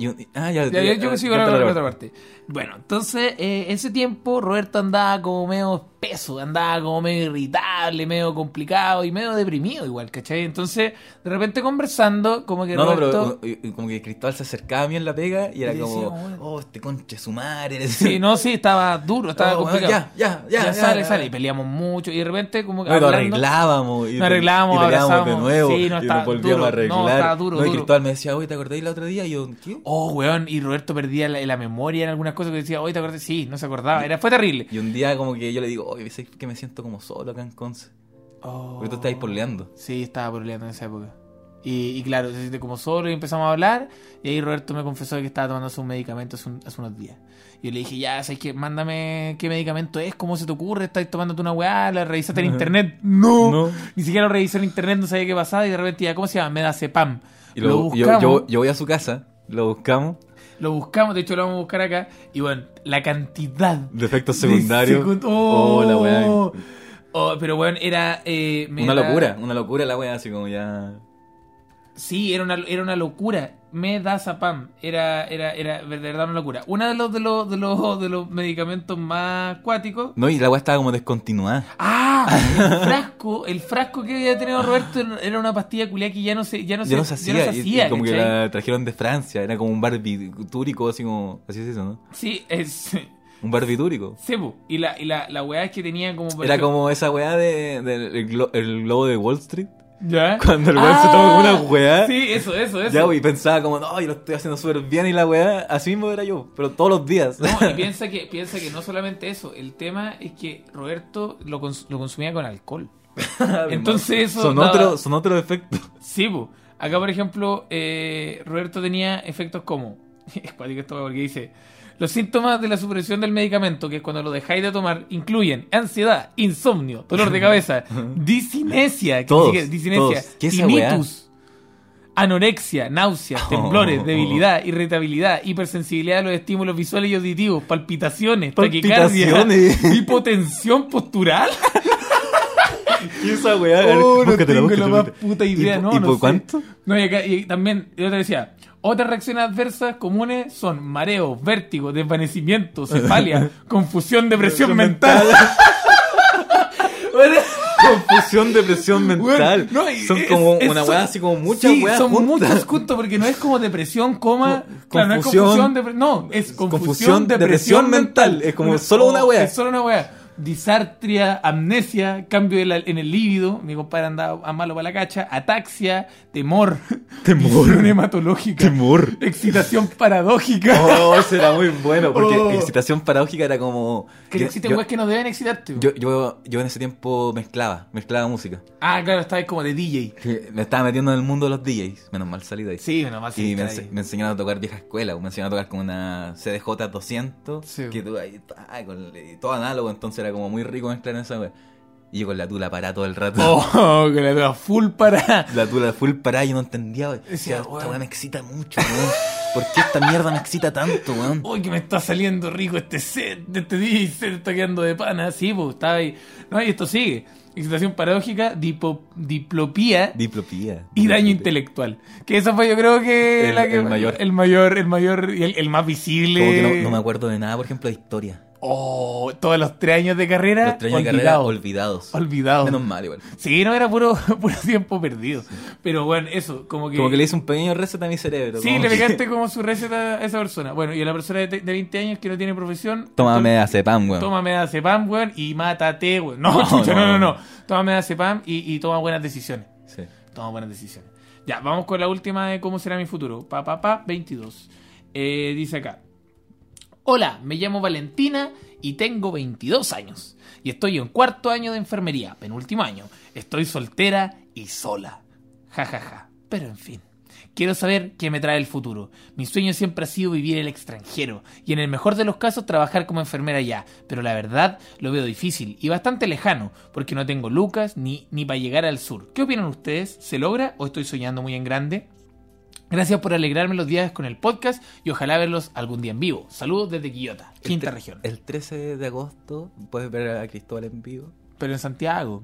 sigo con la otra parte. Bueno, entonces, ese tiempo Roberto andaba como medio espeso, andaba como medio irritable, medio complicado y medio deprimido igual, ¿cachai? Entonces, de repente conversando, como que Roberto... pero como que Cristóbal se acercaba a mí en la pega y era Y decía, como, bueno. este conche su madre. Sí, no, sí, estaba duro, estaba complicado. Ya, Sale, y peleamos mucho, y de repente como que Lo hablando... arreglábamos y Nos arreglábamos, y peleábamos de abrazamos. nuevo Sí, no, y estaba nos volvíamos duro. a arreglar. No, estaba duro. Y Cristóbal me decía, oye, ¿te acordáis la otra día? Y yo, ¿qué? Oh, weón, y Roberto perdía la memoria en algunas cosas que decía, oye, ¿te acordás? Sí, no se acordaba, fue terrible. Y un día como que yo le digo, oye, ¿sabes que me siento como solo acá en Conce? Porque tú estabas porleando. Sí, estaba porleando en esa época. Y claro, se siente como solo y empezamos a hablar. Y ahí Roberto me confesó que estaba tomándose un medicamento hace unos días. Y yo le dije, ya, ¿sabes qué? Mándame qué medicamento es, cómo se te ocurre, estás tomándote una weá, la revisaste en internet. No, ni siquiera lo revisé en internet, no sabía qué pasaba. Y de repente, ya, ¿cómo se llama? Medacepam. Y Lo buscamos. yo voy a su casa, lo buscamos. Lo buscamos, de hecho lo vamos a buscar acá. Y bueno, la cantidad De efectos secundarios. La weá. pero bueno, era... Una locura la weá, así como ya... Sí, era una locura. Medacepam. Era de verdad una locura. Uno de los medicamentos más acuáticos. No, y la weá estaba como descontinuada. ¡Ah! El frasco que había tenido Roberto era una pastilla culiá que ya no se hacía. Y como que ¿cachai? la trajeron de Francia. Era como un barbitúrico, así como... Así es eso, ¿no? Sí, es... Un barbitúrico. Sebo. Y la weá es que tenía como... Era como esa weá del globo de Wall Street. ¿Ya? Cuando el weón se toma una weá. Sí, eso. Ya, y pensaba como, no, yo lo estoy haciendo súper bien y la weá, así mismo era yo, pero todos los días. No, y piensa que no solamente eso, el tema es que Roberto lo consumía con alcohol. Entonces eso... Son otros efectos. Sí, po. Acá, por ejemplo, Roberto tenía efectos como... Es cuático esto porque dice... Los síntomas de la supresión del medicamento, que es cuando lo dejáis de tomar, incluyen ansiedad, insomnio, dolor de cabeza, disinesia, Todos. ¿Qué ¿Qué es esa weá? tinnitus, anorexia, náuseas, temblores, debilidad, irritabilidad, hipersensibilidad a los estímulos visuales y auditivos, palpitaciones, taquicardia, hipotensión postural. ¿Qué es esa weá? No tengo la más puta idea, ¿no? ¿Y no por sé. cuánto? No, y también, yo te decía, otras reacciones adversas comunes son mareo, vértigo, desvanecimiento, cefalia, confusión, depresión mental. Confusión, depresión mental. Bueno, no, son como una weá así como muchas sí, weas son juntas. muchos juntos porque no es como depresión, coma. Claro, no es es confusión, depresión mental. Es como solo una weá. Es solo una weá. Disartria, amnesia, cambio en el líbido, mi compadre andaba a malo para la cacha, ataxia, temor, visión hematológica, excitación paradójica. Oh, ese era muy bueno, porque excitación paradójica era como... Que existen weas que no deben excitarte. Yo en ese tiempo mezclaba música. Ah, claro, estabas como de DJ. Que me estaba metiendo en el mundo de los DJs, menos mal salí de ahí. Sí, menos mal salí de ahí. Y me enseñaron a tocar vieja escuela, me enseñaron a tocar con una CDJ 200, sí. Que tú ahí, todo análogo, entonces era como muy rico mezclar en esa wea. Y yo con la tula parada todo el rato. Oh, con la tula full parada. La tula full parada, yo no entendía. Decía, esta weá me excita mucho, weón. ¿Por qué esta mierda me excita tanto, weón? Uy, que me está saliendo rico este set, este DJ set está quedando de pana. Sí, pues, está ahí. No, y esto sigue. Excitación paradójica, diplopía y daño intelectual. Que esa fue, yo creo que el mayor y el más visible. Como que no me acuerdo de nada, por ejemplo, de historia. Oh, todos los 3 años de carrera. Los 3 años de carrera olvidados. Menos mal, igual. Sí, no, era puro tiempo perdido. Pero bueno, eso, como que le hice un pequeño reset a mi cerebro. Sí, le pegaste como su receta a esa persona. Bueno, y a la persona de 20 años que no tiene profesión. Tómame Diazepam, weón. Tómame Diazepam, weón, y mátate, weón. No. Tómame Diazepam y toma buenas decisiones. Sí. Toma buenas decisiones. Ya, vamos con la última de cómo será mi futuro. 22. Dice acá. Hola, me llamo Valentina y tengo 22 años. Y estoy en 4º año de enfermería, penúltimo año. Estoy soltera y sola. Ja. Pero en fin. Quiero saber qué me trae el futuro. Mi sueño siempre ha sido vivir en el extranjero. Y en el mejor de los casos trabajar como enfermera allá. Pero la verdad lo veo difícil y bastante lejano. Porque no tengo lucas ni para llegar al sur. ¿Qué opinan ustedes? ¿Se logra o estoy soñando muy en grande? Gracias por alegrarme los días con el podcast y ojalá verlos algún día en vivo. Saludos desde Quillota, quinta región. El 13 de agosto puedes ver a Cristóbal en vivo. Pero en Santiago.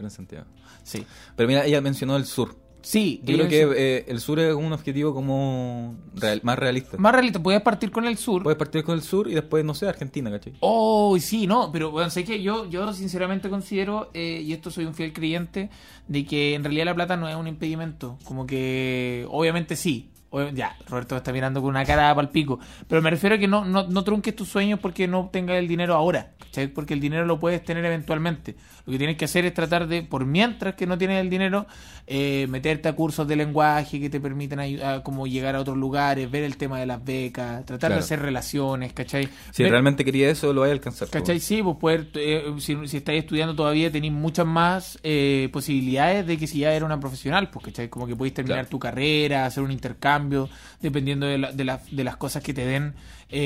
Sí. Pero mira, ella mencionó el sur. Sí. Yo creo que el sur es un objetivo como más realista. Más realista, puedes partir con el sur. Puedes partir con el sur y después, no sé, Argentina, ¿cachai? Oh, sí, no, pero bueno, sé que yo sinceramente considero, y esto soy un fiel creyente, de que en realidad la plata no es un impedimento. Como que, obviamente sí. Ya, Roberto está mirando con una cara pa'l pico. Pero me refiero a que no trunques tus sueños porque no tengas el dinero ahora, ¿cachai? Porque el dinero lo puedes tener eventualmente. Lo que tienes que hacer es tratar de, por mientras que no tienes el dinero, meterte a cursos de lenguaje que te permitan como llegar a otros lugares, ver el tema de las becas, tratar de hacer relaciones, ¿cachai? Si realmente quería eso, lo vais a alcanzar. ¿Cachai? Sí, pues poder, si estáis estudiando todavía tenéis muchas más posibilidades de que si ya eres una profesional, pues, ¿cachai? Como que podéis terminar tu carrera, hacer un intercambio, dependiendo de las cosas que te den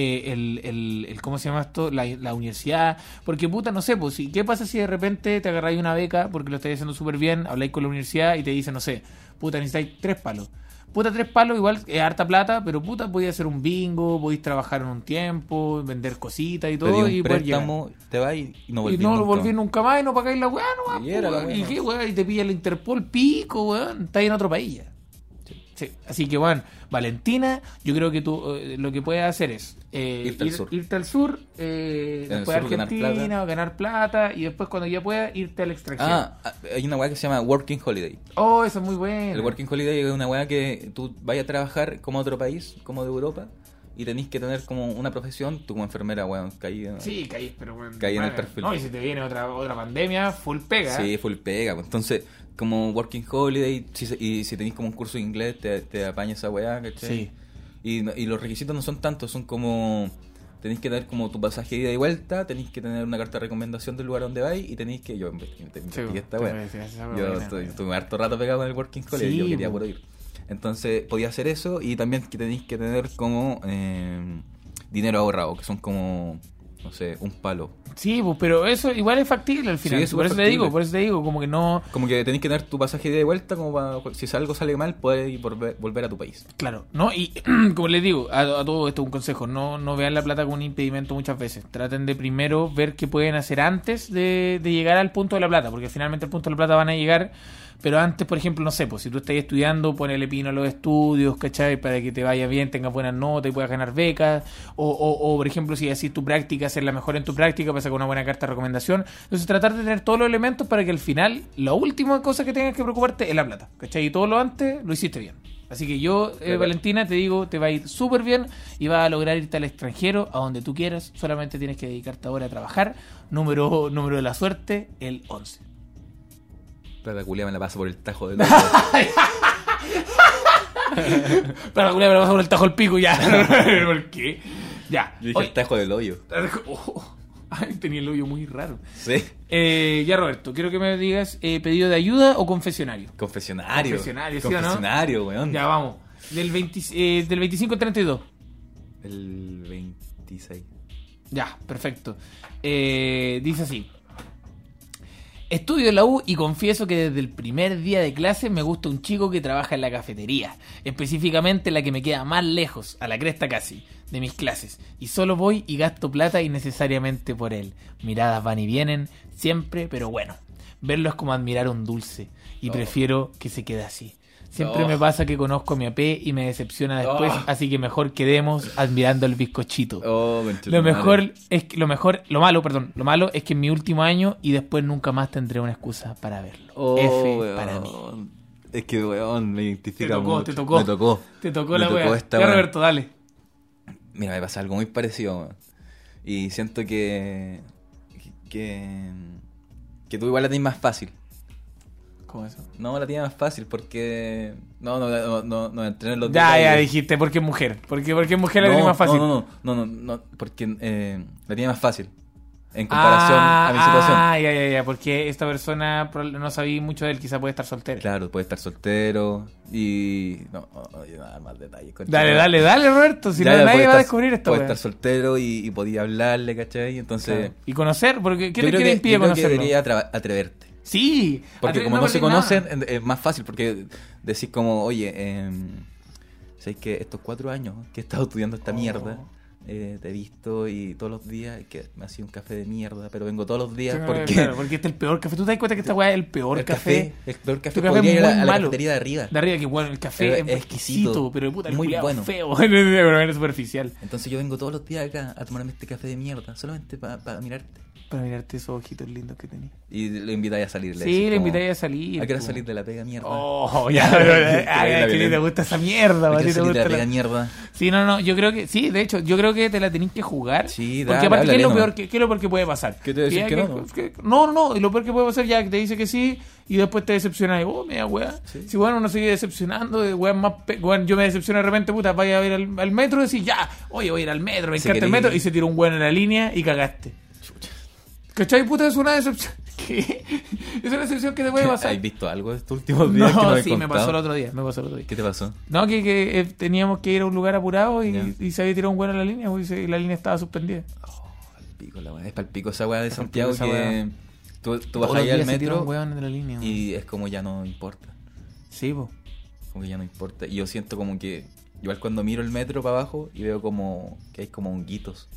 ¿cómo se llama esto? La universidad. Porque puta, no sé, pues, ¿qué pasa si de repente te agarráis una beca porque lo estáis haciendo súper bien, habláis con la universidad y te dicen, no sé, puta, necesitáis 3 palos? Puta, 3 palos igual es harta plata, pero puta, podéis hacer un bingo, podéis trabajar en un tiempo, vender cositas y todo, y poder llegar. Te vas y no volvís nunca. Volvís nunca más y no pagáis la weá, ¿Y qué weá? Y te pilla el Interpol, pico, weón, estáis en otro país ya. Sí. Así que, bueno, Valentina, yo creo que tú lo que puedes hacer es irte al sur, después a Argentina, ganar plata, y después cuando ya puedas irte al extranjero. Hay una weá que se llama Working Holiday. Oh, eso es muy bueno. El Working Holiday es una weá que tú vayas a trabajar como a otro país, como de Europa, y tenés que tener como una profesión, tú como enfermera, weón, caí pero bueno, en el perfil. No, y si te viene otra pandemia, full pega. Sí, full pega, pues. Entonces, como Working Holiday, y si tenés como un curso de inglés, te apaña esa weá, ¿cachai? Sí. Y los requisitos no son tantos, son como... Tenéis que tener como tu pasaje de ida y vuelta, tenéis que tener una carta de recomendación del lugar donde vais, y tenéis que... Yo investigué esta weá. Yo estuve harto rato pegado con el Working Holiday, yo quería por ir. Entonces, podía hacer eso, y también que tenéis que tener como... dinero ahorrado, que son como, no sé, un palo. Sí, pues, pero eso igual es factible al final. Sí, es por eso factible. por eso te digo, como que no... Como que tenés que tener tu pasaje de ida y vuelta, como para, si algo sale mal, puedes volver a tu país. Claro, ¿no? Y como les digo, a todo esto un consejo, no vean la plata como un impedimento muchas veces. Traten de primero ver qué pueden hacer antes de llegar al punto de la plata, porque finalmente al punto de la plata van a llegar, pero antes, por ejemplo, no sé, pues si tú estás estudiando, ponele pino a los estudios, ¿cachai? Para que te vaya bien, tengas buenas notas y puedas ganar becas, o por ejemplo, si haces tu práctica, ser la mejor en tu práctica, para sacar una buena carta de recomendación. Entonces tratar de tener todos los elementos para que al final, la última cosa que tengas que preocuparte es la plata, ¿cachai? Y todo lo antes lo hiciste bien. Así que yo, Valentina, te digo, te va a ir súper bien y vas a lograr irte al extranjero, a donde tú quieras. Solamente tienes que dedicarte ahora a trabajar. Número de la suerte, el 11. Plata culia me la paso por el tajo del ojo. Para la culia me la paso por el tajo al pico, ya. ¿Por qué? Ya. Yo dije el tajo del hoyo. Ay, tenía el hoyo muy raro. Sí. Ya, Roberto, quiero que me digas pedido de ayuda o confesionario. Confesionario. Confesionario, ¿sí o no? Confesionario, weón. Ya, vamos. Del 25 al 32. El 26. Ya, perfecto. Dice así. Estudio en la U y confieso que desde el primer día de clase me gusta un chico que trabaja en la cafetería, específicamente la que me queda más lejos, a la cresta casi, de mis clases, y solo voy y gasto plata innecesariamente por él. Miradas van y vienen, siempre, pero bueno, verlo es como admirar un dulce, y prefiero que se quede así. Siempre me pasa que conozco a mi AP y me decepciona después, así que mejor quedemos admirando el bizcochito. Lo malo es que en mi último año y después nunca más tendré una excusa para verlo. F para mí. Es que, weón, me identifica mucho. Te tocó la wea. Ya, Roberto, dale. Mira, me pasa algo muy parecido, weón. Y siento que tú igual la tenés más fácil. ¿Cómo eso? No, la tiene más fácil porque... No entré en los detalles. Ya dijiste, porque es mujer. Porque es mujer la tiene más fácil. No, porque la tiene más fácil. En comparación a mi situación. Ya, porque esta persona no sabía mucho de él, quizá puede estar soltero. Claro, puede estar soltero y... No, nada más detalles. Dale, Roberto, si nadie va a descubrir esto. Puede estar soltero y podía hablarle, ¿cachai? Entonces... Claro. Y conocer, porque ¿qué te impide conocerlo? Yo creo que debería atreverte. Sí, porque como no se conocen, es más fácil, porque decís como, oye, ¿sabes que estos 4 años que he estado estudiando esta mierda, te he visto y todos los días que me hacía un café de mierda, pero vengo todos los días porque... Claro, porque este es el peor café. ¿Tú te das cuenta que esta weá es el peor café? El peor café. Tu café podría es ir muy a la malo. cafetería de arriba. De arriba, que bueno, el café es exquisito, pero puta, el muy culiao bueno. Feo, es superficial. Entonces yo vengo todos los días acá a tomarme este café de mierda, solamente para mirarte. Para mirarte esos ojitos lindos que tenías. Y lo invitáis a salir. Sí, lo invitáis a salir. ¿A qué hora salir de la pega mierda? Oh, ya, pero que te gusta esa mierda. ¿A qué hora salir de la pega mierda? Sí, no, yo creo que, sí, de hecho, yo creo que te la tenés que jugar. Sí, porque dale, aparte, ¿qué es lo no. peor? ¿Qué es lo peor que puede pasar? ¿Qué te decís que no? No, y lo peor que puede pasar ya que te dice que sí y después te decepciona. Media weá. Sí. Si bueno, uno sigue decepcionando, de weá más. Bueno, yo me decepciono de repente, puta, vaya a ir al metro y decís, ya, oye, voy a ir al metro, me encanta el metro, y se tiró un weón en la línea y cagaste. ¿Cachai, puta? Es una decepción. ¿Qué? Es una decepción que te puede pasar. ¿Has visto algo de estos últimos días que no me sí, me pasó el otro día. ¿Qué te pasó? No, que teníamos que ir a un lugar apurado y se había tirado un weón en la línea y la línea estaba suspendida. Palpico la weá. Es palpico esa weá de Santiago esa que weá. tú vas ahí al metro un weón en la línea, y es como ya no importa. Sí, po. Como que ya no importa. Y yo siento como que igual cuando miro el metro para abajo y veo como que hay como honguitos.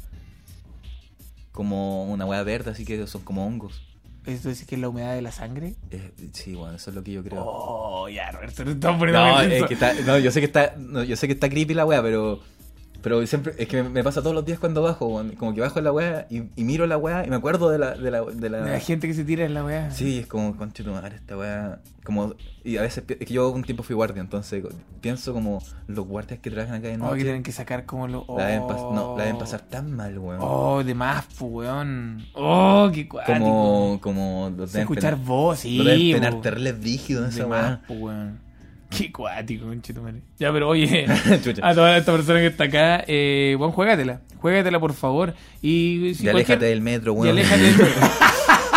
Como una hueá verde, así que son como hongos. ¿Eso dice que es la humedad de la sangre? Sí, bueno, eso es lo que yo creo. Oh, ya, Roberto, no estamos poniendo yo sé que está creepy la weá, pero siempre es que me pasa todos los días cuando bajo, bueno, como que bajo en la weá y miro la weá y me acuerdo de la gente que se tira en la weá. Sí, es como, conche tu madre, esta weá. Como, y a veces, es que yo un tiempo fui guardia, entonces pienso como los guardias que trabajan acá de noche. Que tienen que sacar como la deben pasar tan mal, weón. De más, weón. Qué cuático. Como los deben escuchar voz, sí. Los deben penar terribles rígidos en esa weá. Weón. Qué cuático, conchetumare. Ya, pero oye, a toda esta persona que está acá, bueno, juégatela, por favor. Y si aléjate del metro, weón. Y aléjate del metro.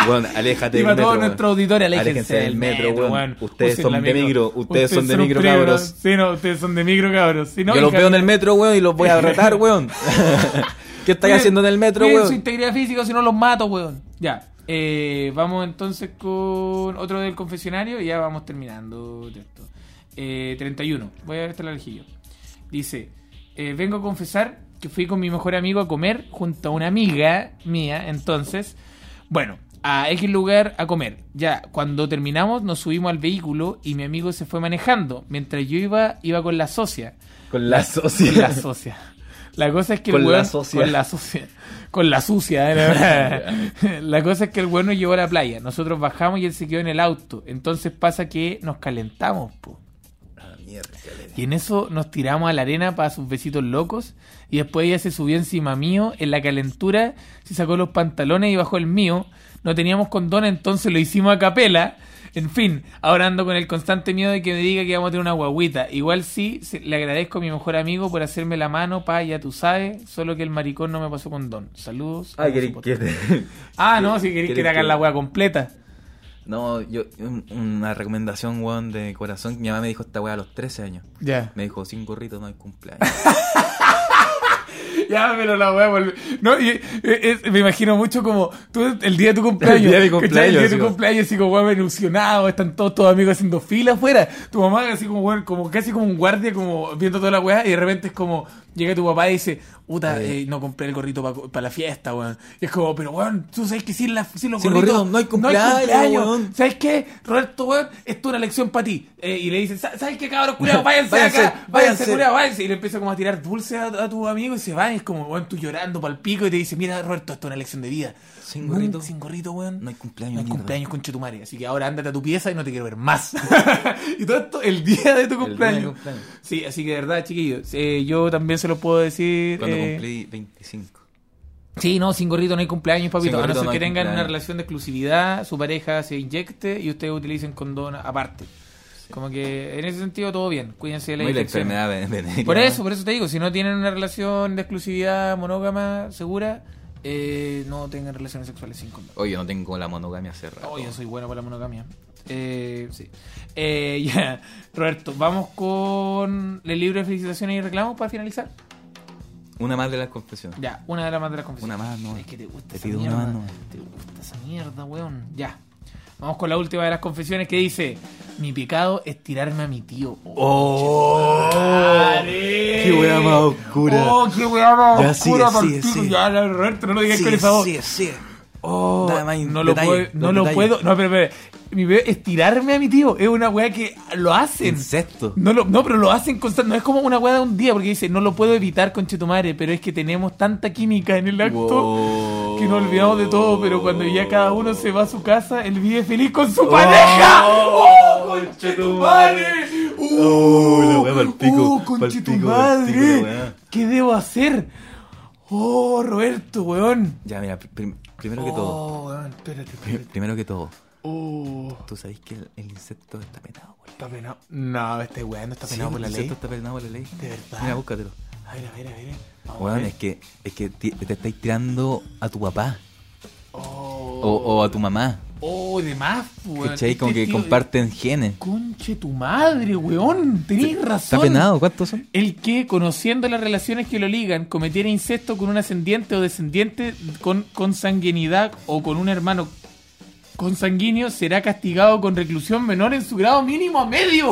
Weón, aléjate Y del para metro. todos weón. nuestros auditores, Aléjense del metro, weón. Ustedes Usen son la de micro, ustedes son de micro, primeros. cabros. Sí, no, ustedes son de micro, cabros. Si no, Yo los veo en el metro, weón, y los voy a retar, weón. ¿Qué estáis haciendo en el metro, Cuiden weón? su integridad física, si no los mato, weón. Ya. Vamos entonces con otro del confesionario y ya vamos terminando de esto. 31. Voy a ver esta la elegí yo. Dice: vengo a confesar que fui con mi mejor amigo a comer junto a una amiga mía. Entonces, bueno, a X lugar a comer. Ya, cuando terminamos nos subimos al vehículo y mi amigo se fue manejando. Mientras yo iba con la socia. Con la socia. Con la socia. La cosa es que el Con weón... la socia. Con la socia. Con la sucia. La cosa es que el weón nos llevó a la playa. Nosotros bajamos y él se quedó en el auto. Entonces pasa que nos calentamos, po. Y en eso nos tiramos a la arena para sus besitos locos. Y después ella se subió encima mío. En la calentura se sacó los pantalones y bajó el mío. No teníamos condón, entonces lo hicimos a capela. En fin, ahora ando con el constante miedo de que me diga que vamos a tener una guaguita. Igual sí, le agradezco a mi mejor amigo por hacerme la mano, ya tú sabes. Solo que el maricón no me pasó condón. Saludos. Ah, queréis que te... No, si queréis que te hagan la hueá completa. No, una recomendación, weón, de corazón. Mi mamá me dijo esta weá a los 13 años. Ya. Me dijo, sin gorrito no hay cumpleaños. Ya, pero la weá volvió. No, me imagino mucho como tú el día de tu cumpleaños. El día de mi cumpleaños, ¿cachai? El día de tu digo. cumpleaños, así como weón ilusionado, están todos tus amigos haciendo fila afuera. Tu mamá así como weón, como casi como un guardia, como viendo toda la weá, y de repente es como, llega tu papá y dice, puta, no compré el gorrito para la fiesta, weón. Y es como, pero weón, tú sabes que sin los Sin gorritos gorrito no hay cumpleaños, weón. ¿Sabes qué? Roberto, weón, esto es una lección para ti. Y le dice, ¿sabes qué, cabros culiados? Váyanse Váyanse, acá, váyanse. culiados, váyanse. Y le empieza como a tirar dulce a tu amigo y se va. Y es como, weón, tú llorando pa'l pico y te dice, mira, Roberto, esto es una lección de vida. Sin gorrito. Sin gorrito, weón. No hay cumpleaños, No hay mierda. cumpleaños con Chetumare. Así que ahora ándate a tu pieza y no te quiero ver más. Y todo esto el día de tu cumpleaños. Sí, así que de verdad, chiquillos, yo también se lo puedo decir. Cuando cumplí 25. Sí, no, sin gorrito no hay cumpleaños, papito. Sin A no gorrito ser no que hay tengan una cumpleaños. relación de exclusividad, su pareja se inyecte y ustedes utilicen condón aparte. Como que en ese sentido todo bien. Cuídense de la Muy la infección. enfermedad venérea. Por eso te digo, si no tienen una relación de exclusividad monógama segura, no tengan relaciones sexuales sin condón. Oye, no tengo la monogamia cerrada. Oh, yo soy bueno para la monogamia. Sí. Ya, Roberto, vamos con el libro de felicitaciones y reclamos para finalizar. Una más de las confesiones. Ya, una de las más de las confesiones. Una más, no. Es que te gusta Te esa pido una mierda. más, no. Te gusta esa mierda, weón. Ya. Vamos con la última de las confesiones que dice: mi pecado es tirarme a mi tío. ¡Oh! Madre. ¡Qué weá más oscura! ¡Oh, qué weá más Ya, oscura! sigue, partido! sigue. Ya, Roberto, no lo digas con esa voz. sí. Oh, Dame más no lo detalles, puedo, no los lo detalles. puedo. No, pero mi bebé es tirarme a mi tío. Es una weá que lo hacen. Incesto. No, pero lo hacen constante. No es como una weá de un día, porque dice, no lo puedo evitar, conchetumare, pero es que tenemos tanta química en el acto Wow. que nos olvidamos de todo. Pero cuando ya cada uno se va a su casa, él vive feliz con su pareja. ¡Oh, conchetumare! La weá pa'l pico, pa'l conchetumadre! pico, la weá. ¿Qué debo hacer? Oh, Roberto, weón. Ya, mira, primero que todo. Oh, weón, espérate. Primero que todo. Oh, ¿Tú sabés que el insecto está penado por la está penado. No, este weón no está penado por la el ley. insecto está penado por la ley. De verdad. Mira, búscatelo. A ver. Vamos a Weón, ver. es que te estáis tirando a tu papá Oh, o a tu mamá. Oh, de más, weón. ¿Cachai? Como que tío- comparten genes. Conche tu madre, weón. Tenés razón. ¿Está penado? ¿Cuántos son? El que, conociendo las relaciones que lo ligan, cometiera incesto con un ascendiente o descendiente con consanguinidad o con un hermano consanguíneo, será castigado con reclusión menor en su grado mínimo a medio.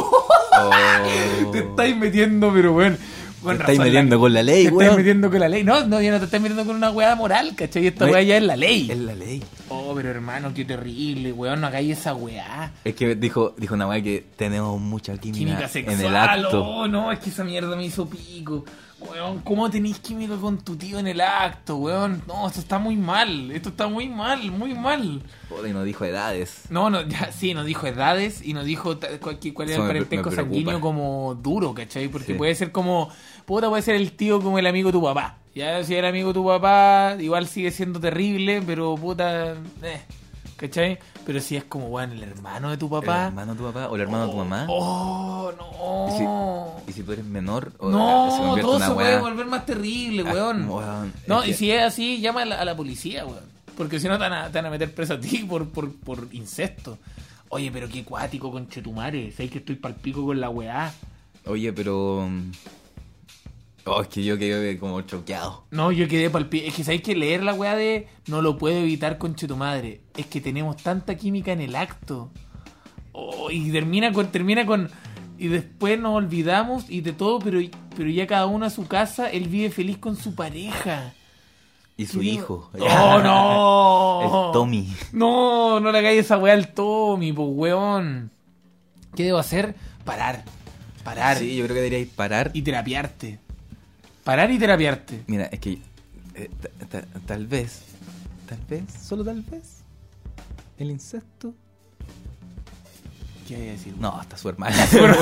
Oh. Te estáis metiendo, pero bueno. Te estáis metiendo con la ley, Te weón. estáis metiendo con la ley. No, ya no te estás metiendo con una weá moral, ¿cachai? Esta No, weá ya es la ley. Es la ley. Oh, pero hermano, qué terrible, weón. No hagáis esa weá. Es que dijo una weá que tenemos mucha Química sexual. en el acto. Oh, no, es que esa mierda me hizo pico. Weón, ¿cómo tenéis química con tu tío en el acto, weón? No, esto está muy mal. Esto está muy mal, muy mal. Joder, y no dijo edades. No, ya sí, nos dijo edades y nos dijo cuál era Eso el me parentesco preocupa. sanguíneo como duro, ¿cachai? Porque Sí. puede ser como, puede ser el tío como el amigo de tu papá. Ya si era amigo de tu papá, igual sigue siendo terrible, pero puta, ¿cachai? Pero si es como, bueno, el hermano de tu papá. ¿El hermano de tu papá o el hermano de tu mamá? Oh, no. ¿Y si tú eres menor? O se No, convierte todo en una se puede weá? volver más terrible, weón. Weón, No, es y que- si es así, llama a la policía, weón. Porque si no te van a meter preso a ti por incesto. Oye, pero qué cuático, conchetumare. Sabes que estoy palpico con la weá. Oye, pero... es que yo quedé como choqueado. No, yo quedé palpico. Es que sabéis que leer la weá de no lo puedo evitar, conchetumadre. Es que tenemos tanta química en el acto. Y termina con... Y después nos olvidamos y de todo, pero ya cada uno a su casa, él vive feliz con su pareja. Y su hijo. ¡Oh, no! El Tommy. No le hagáis esa weá al Tommy, pues weón. ¿Qué debo hacer? Parar. Sí, yo creo que deberíais parar. Y terapiarte. Parar y terapiarte. Mira, es que tal vez, solo tal vez, el incesto... ¿Qué voy a decir? No, está su hermana.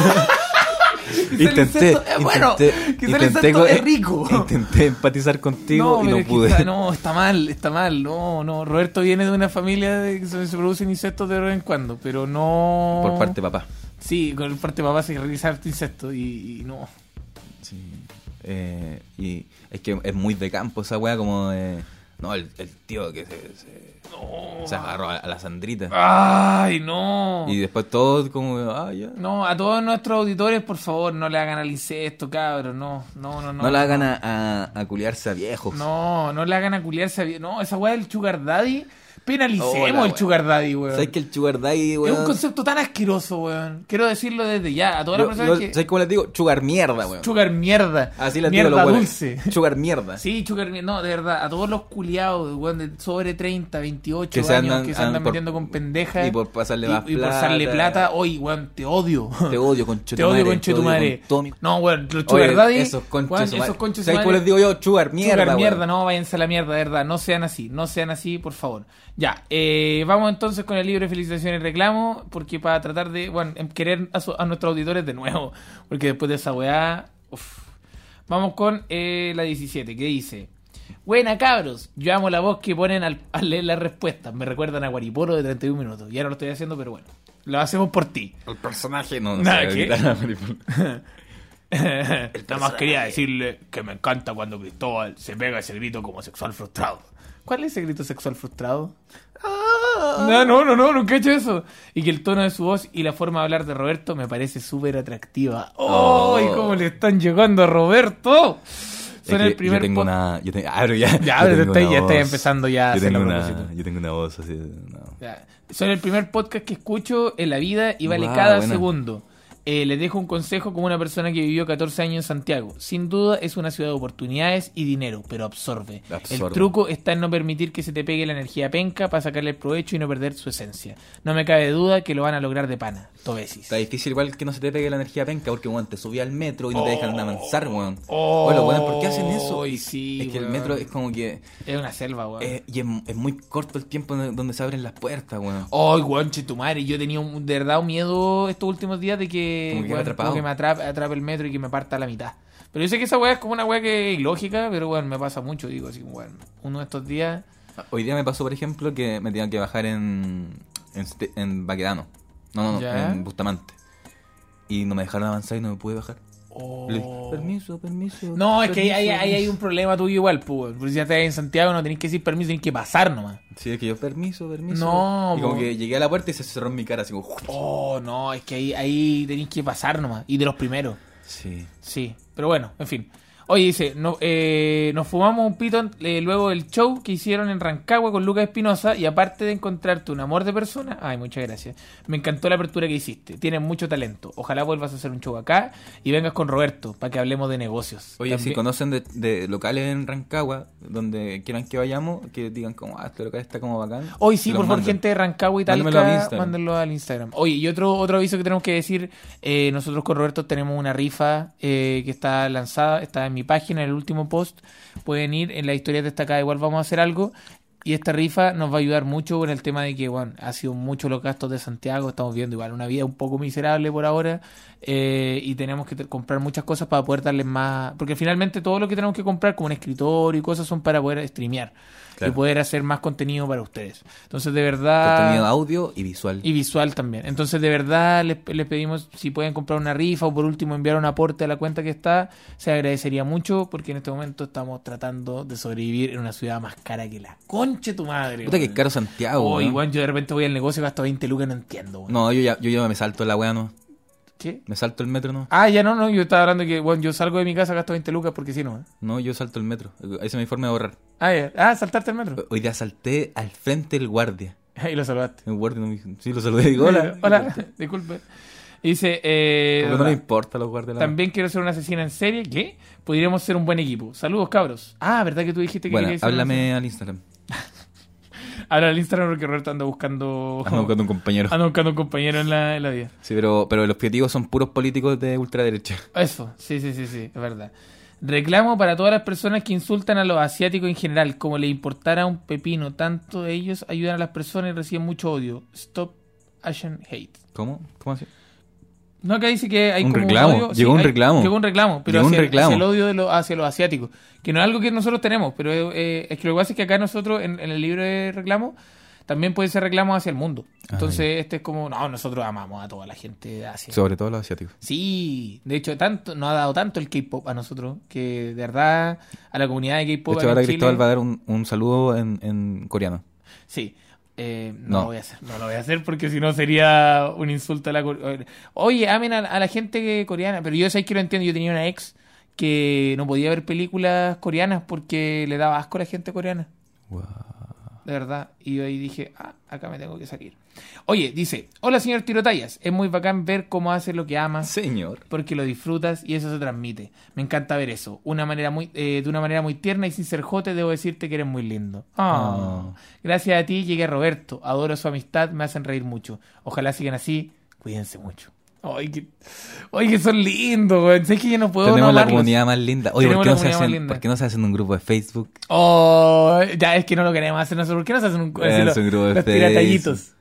Intenté es rico. Intenté empatizar contigo y no pude. Está mal. No. Roberto viene de una familia de que se producen insectos de vez en cuando, pero no... Por parte de papá. Sí, con parte de papá se realiza harto insecto y no. Sí. Y es que es muy de campo esa wea, como de... No, el tío que se agarró a la Sandrita. ¡Ay, no! Y después todo como... ya. No, a todos nuestros auditores, por favor, no le hagan al incesto, cabros. No. No le hagan a culiarse a viejos. No le hagan a culiarse a viejos. No, esa weá del sugar daddy... Penalicemos el sugar daddy, weón. ¿Sabes que el sugar daddy, weón? Es un concepto tan asqueroso, weón. Quiero decirlo desde ya a todas las personas que... ¿Sabes cómo les digo? Sugar mierda, weón. Sugar mierda. Así les mierda digo los dulce. Sugar mierda. Sí, sugar mierda. No, de verdad. A todos los culiados, weón, de sobre 30, 28 que años que se andan metiendo con pendejas. Y por pasarle más plata. Y por pasarle plata. Oye, weón, te odio. Te odio, conchetumare. No, weón, los sugar daddy... Esos conches ¿Sabes cómo les digo yo? Sugar mierda, Sugar mierda, no, váyanse a la mierda, de verdad. No sean así, por favor. Ya, vamos entonces con el libro de felicitaciones y reclamo, porque para tratar de, querer a nuestros auditores de nuevo, porque después de esa weá, Vamos con la 17, que dice: buena, cabros, yo amo la voz que ponen al leer las respuestas, me recuerdan a Guaripolo de 31 minutos, y ahora lo estoy haciendo, pero bueno, lo hacemos por ti. El personaje no nada sé, que... Nada más quería decirle que me encanta cuando Cristóbal se pega ese grito como sexual frustrado. ¿Cuál es ese grito sexual frustrado? No, nunca he hecho eso. Y que el tono de su voz y la forma de hablar de Roberto me parece súper atractiva. ¡Oh! ¿Y cómo le están llegando a Roberto? Son el primer... ya está empezando ya a hacer la propósito. Yo tengo una voz así. No. Son el primer podcast que escucho en la vida y vale cada segundo. Les dejo un consejo como una persona que vivió 14 años en Santiago. Sin duda es una ciudad de oportunidades y dinero, pero absorbe. El truco está en no permitir que se te pegue la energía penca para sacarle el provecho y no perder su esencia. No me cabe duda que lo van a lograr de pana. Tobesis. Está difícil igual que no se te pegue la energía penca porque, te subí al metro y no te dejan avanzar, weón. Bueno, ¿por qué hacen eso? Sí, es que el metro es como que... Es una selva, weón. Y es muy corto el tiempo donde se abren las puertas, weón. Weón, chetumare. Yo tenía de verdad un miedo estos últimos días de que como que me atrape el metro y que me parta a la mitad. Pero yo sé que esa weá es como una weá que es ilógica, pero weón, me pasa mucho, digo así, weón. Uno de estos días... Hoy día me pasó, por ejemplo, que me tenían que bajar en Baquedano. No, en Bustamante. Y no me dejaron avanzar y no me pude bajar. Le dije, permiso. No, es que ahí hay un problema tuyo igual, pues. Porque si ya estás en Santiago no tenés que decir permiso, tenés que pasar nomás. Sí, es que yo, permiso. No, y como que llegué a la puerta y se cerró en mi cara, así como... no, es que ahí tenés que pasar nomás. Y de los primeros. Sí, pero bueno, en fin. Oye, dice, nos fumamos un pito luego del show que hicieron en Rancagua con Lucas Espinosa y aparte de encontrarte un amor de persona, muchas gracias, me encantó la apertura que hiciste, tienes mucho talento, ojalá vuelvas a hacer un show acá y vengas con Roberto para que hablemos de negocios. Oye, también, si conocen de locales en Rancagua, donde quieran que vayamos, que digan como, este local está como bacán. Hoy sí, por favor, gente de Rancagua y Talca, mándenlo al Instagram. Oye, y otro aviso que tenemos que decir, nosotros con Roberto tenemos una rifa que está lanzada, está en mi página, en el último post, pueden ir en la historia destacada, igual vamos a hacer algo y esta rifa nos va a ayudar mucho con el tema de que ha sido mucho los gastos de Santiago, estamos viendo igual una vida un poco miserable por ahora y tenemos que comprar muchas cosas para poder darles más, porque finalmente todo lo que tenemos que comprar como un escritorio y cosas son para poder streamear. Claro. Y poder hacer más contenido para ustedes. Entonces, de verdad... Contenido audio y visual. Y visual también. Entonces, de verdad, les pedimos si pueden comprar una rifa o por último enviar un aporte a la cuenta que está. Se agradecería mucho porque en este momento estamos tratando de sobrevivir en una ciudad más cara que la concha. conche tu madre. Puta que weón. es caro Santiago, Oh, weón. igual yo de repente voy al negocio y gasto 20 lucas, no entiendo, weón. No, yo ya me salto la weá, ¿no? ¿Qué? Me salto el metro, ¿no? Ah, ya no, yo estaba hablando que, bueno, yo salgo de mi casa, gasto 20 lucas porque si no. No, yo salto el metro. Esa es mi forma de ahorrar. Ah, ya. Ah, saltarte el metro. Hoy día salté al frente del guardia. Ahí lo saludaste. El guardia no me dijo... Sí, lo saludé. Digo, hola. Hola, disculpe. Dice, Porque no le importa a los guardias. también quiero ser una asesina en serie. ¿Qué? Podríamos ser un buen equipo. Saludos, cabros. Ah, ¿verdad que tú dijiste que Bueno, querías ser una háblame al Instagram. Ahora el Instagram porque Roberto anda buscando... Ando buscando un compañero. Anda buscando un compañero en la vida. Sí, pero los objetivos son puros políticos de ultraderecha. Eso, sí, es verdad. Reclamo para todas las personas que insultan a los asiáticos en general, como le importara un pepino. Tanto ellos ayudan a las personas y reciben mucho odio. Stop Asian Hate. ¿Cómo? ¿Cómo así? No, acá dice que hay Un como reclamo. un odio. Llegó un hay- reclamo. Llegó un reclamo, pero Llegó un hacia, reclamo. hacia el odio hacia los asiáticos. Que no es algo que nosotros tenemos, pero es que lo que pasa es que acá nosotros, en el libro de reclamo, también puede ser reclamo hacia el mundo. Entonces, este es como, no, nosotros amamos a toda la gente de Asia. Sobre todo los asiáticos. Sí, de hecho, tanto nos ha dado tanto el K-pop a nosotros, que de verdad a la comunidad de De K-pop hecho, acá ahora en Cristóbal Chile- va a dar un saludo en coreano. Sí. No No. lo voy a hacer, no lo voy a hacer porque si no sería un insulto a la Oye, amen a la gente coreana, pero yo sé que lo entiendo, yo tenía una ex que no podía ver películas coreanas porque le daba asco a la gente coreana, Wow. de verdad, y yo ahí dije, acá me tengo que salir. Oye, dice, hola señor Tirotallas, es muy bacán ver cómo haces lo que amas, Señor. porque lo disfrutas y eso se transmite. Me encanta ver eso. De una manera muy tierna y sin ser jote, debo decirte que eres muy lindo. Oh. Gracias a ti llegué a Roberto. Adoro su amistad, me hacen reír mucho. Ojalá sigan así. Cuídense mucho. Ay, que son lindos, güey. Sé que yo no puedo no Tenemos la amarlos. comunidad más linda. Oye, Tenemos ¿por qué, la no se comunidad más hacen, linda. ¿por qué no se hacen un grupo de Facebook? Oh, ya es que no lo queremos hacer nosotros. ¿Por qué no se hacen un Háganse un grupo de los Facebook. tiratallitos?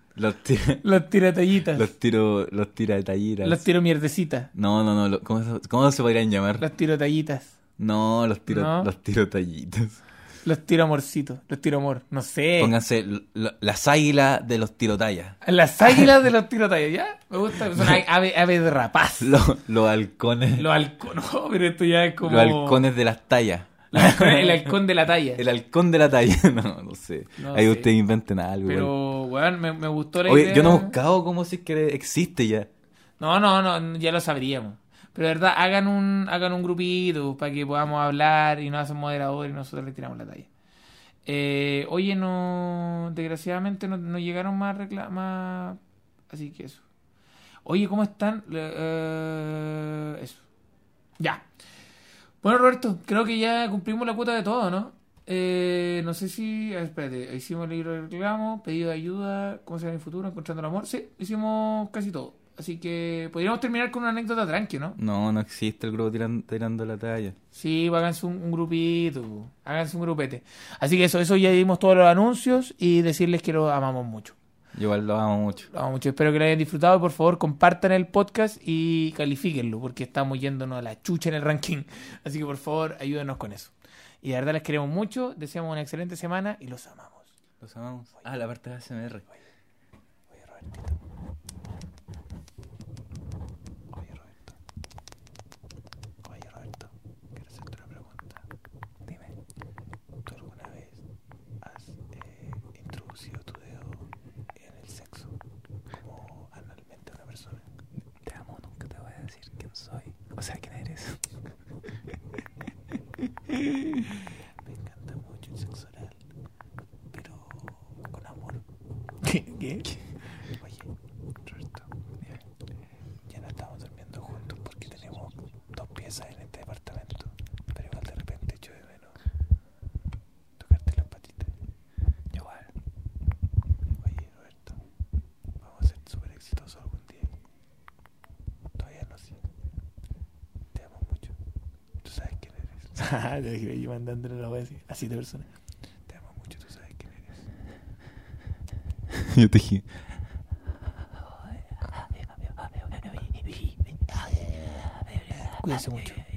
Los Tiratallitas. los tiratalliras. Los tiro mierdecitas. No. ¿Cómo se podrían llamar? Los tirotallitas. No, ¿No? los tirotallitos. Los tiro amorcitos. Los tiro amor. No sé. Pónganse las águilas de los tirotallas. Las águilas de los tirotallas, ¿ya? Me gusta. Son aves de rapaz. Los halcones. Los halcones. No, pero esto ya es como... Los halcones de las tallas. El halcón de la talla. El halcón de la talla. No sé. No Ahí sé. ustedes inventen algo. igual. Pero, weón, me gustó la Oye, idea. yo no he buscado cómo si es que existe ya. No, ya lo sabríamos. Pero de verdad, hagan un grupito para que podamos hablar y nos hacen moderador y nosotros le tiramos la talla. Oye, desgraciadamente no llegaron más reclamas, así que eso. Oye, ¿cómo están? Eso. Ya. Bueno, Roberto, creo que ya cumplimos la cuota de todo, ¿no? No sé si... espérate, hicimos el libro de reclamo, pedido de ayuda, cómo será en el futuro, encontrando el amor. Sí, hicimos casi todo. Así que podríamos terminar con una anécdota tranqui, ¿no? No existe el grupo tirando la talla. Sí, háganse un grupito, háganse un grupete. Así que eso ya dimos todos los anuncios y decirles que los amamos mucho. Yo igual lo amo mucho. Lo amo mucho, espero que lo hayan disfrutado y por favor compartan el podcast y califíquenlo porque estamos yéndonos a la chucha en el ranking. Así que por favor ayúdenos con eso. Y de verdad les queremos mucho, deseamos una excelente semana y los amamos. Los amamos. La parte de ASMR. Oye, Robertito. Oye, Roberto, quiero hacerte una pregunta. Dime, ¿tú alguna vez has introducido tu dedo en el sexo como analmente a una persona? Te amo, nunca te voy a decir quién soy. O sea, quién eres. Me encanta mucho el sexo oral, pero con amor. ¿Qué? Oye, Roberto, ya no estamos durmiendo juntos porque tenemos 2 piezas en este departamento, pero igual de repente echo de menos tocarte las patitas. Igual. Oye, Roberto, vamos a ser súper exitosos algún día. Todavía no, sí. Te amo mucho. Tú sabes quién eres. Yo mandándole la voy a decir así de persona. Te amo mucho, tú sabes quién eres. Yo te dije. Cuídense mucho.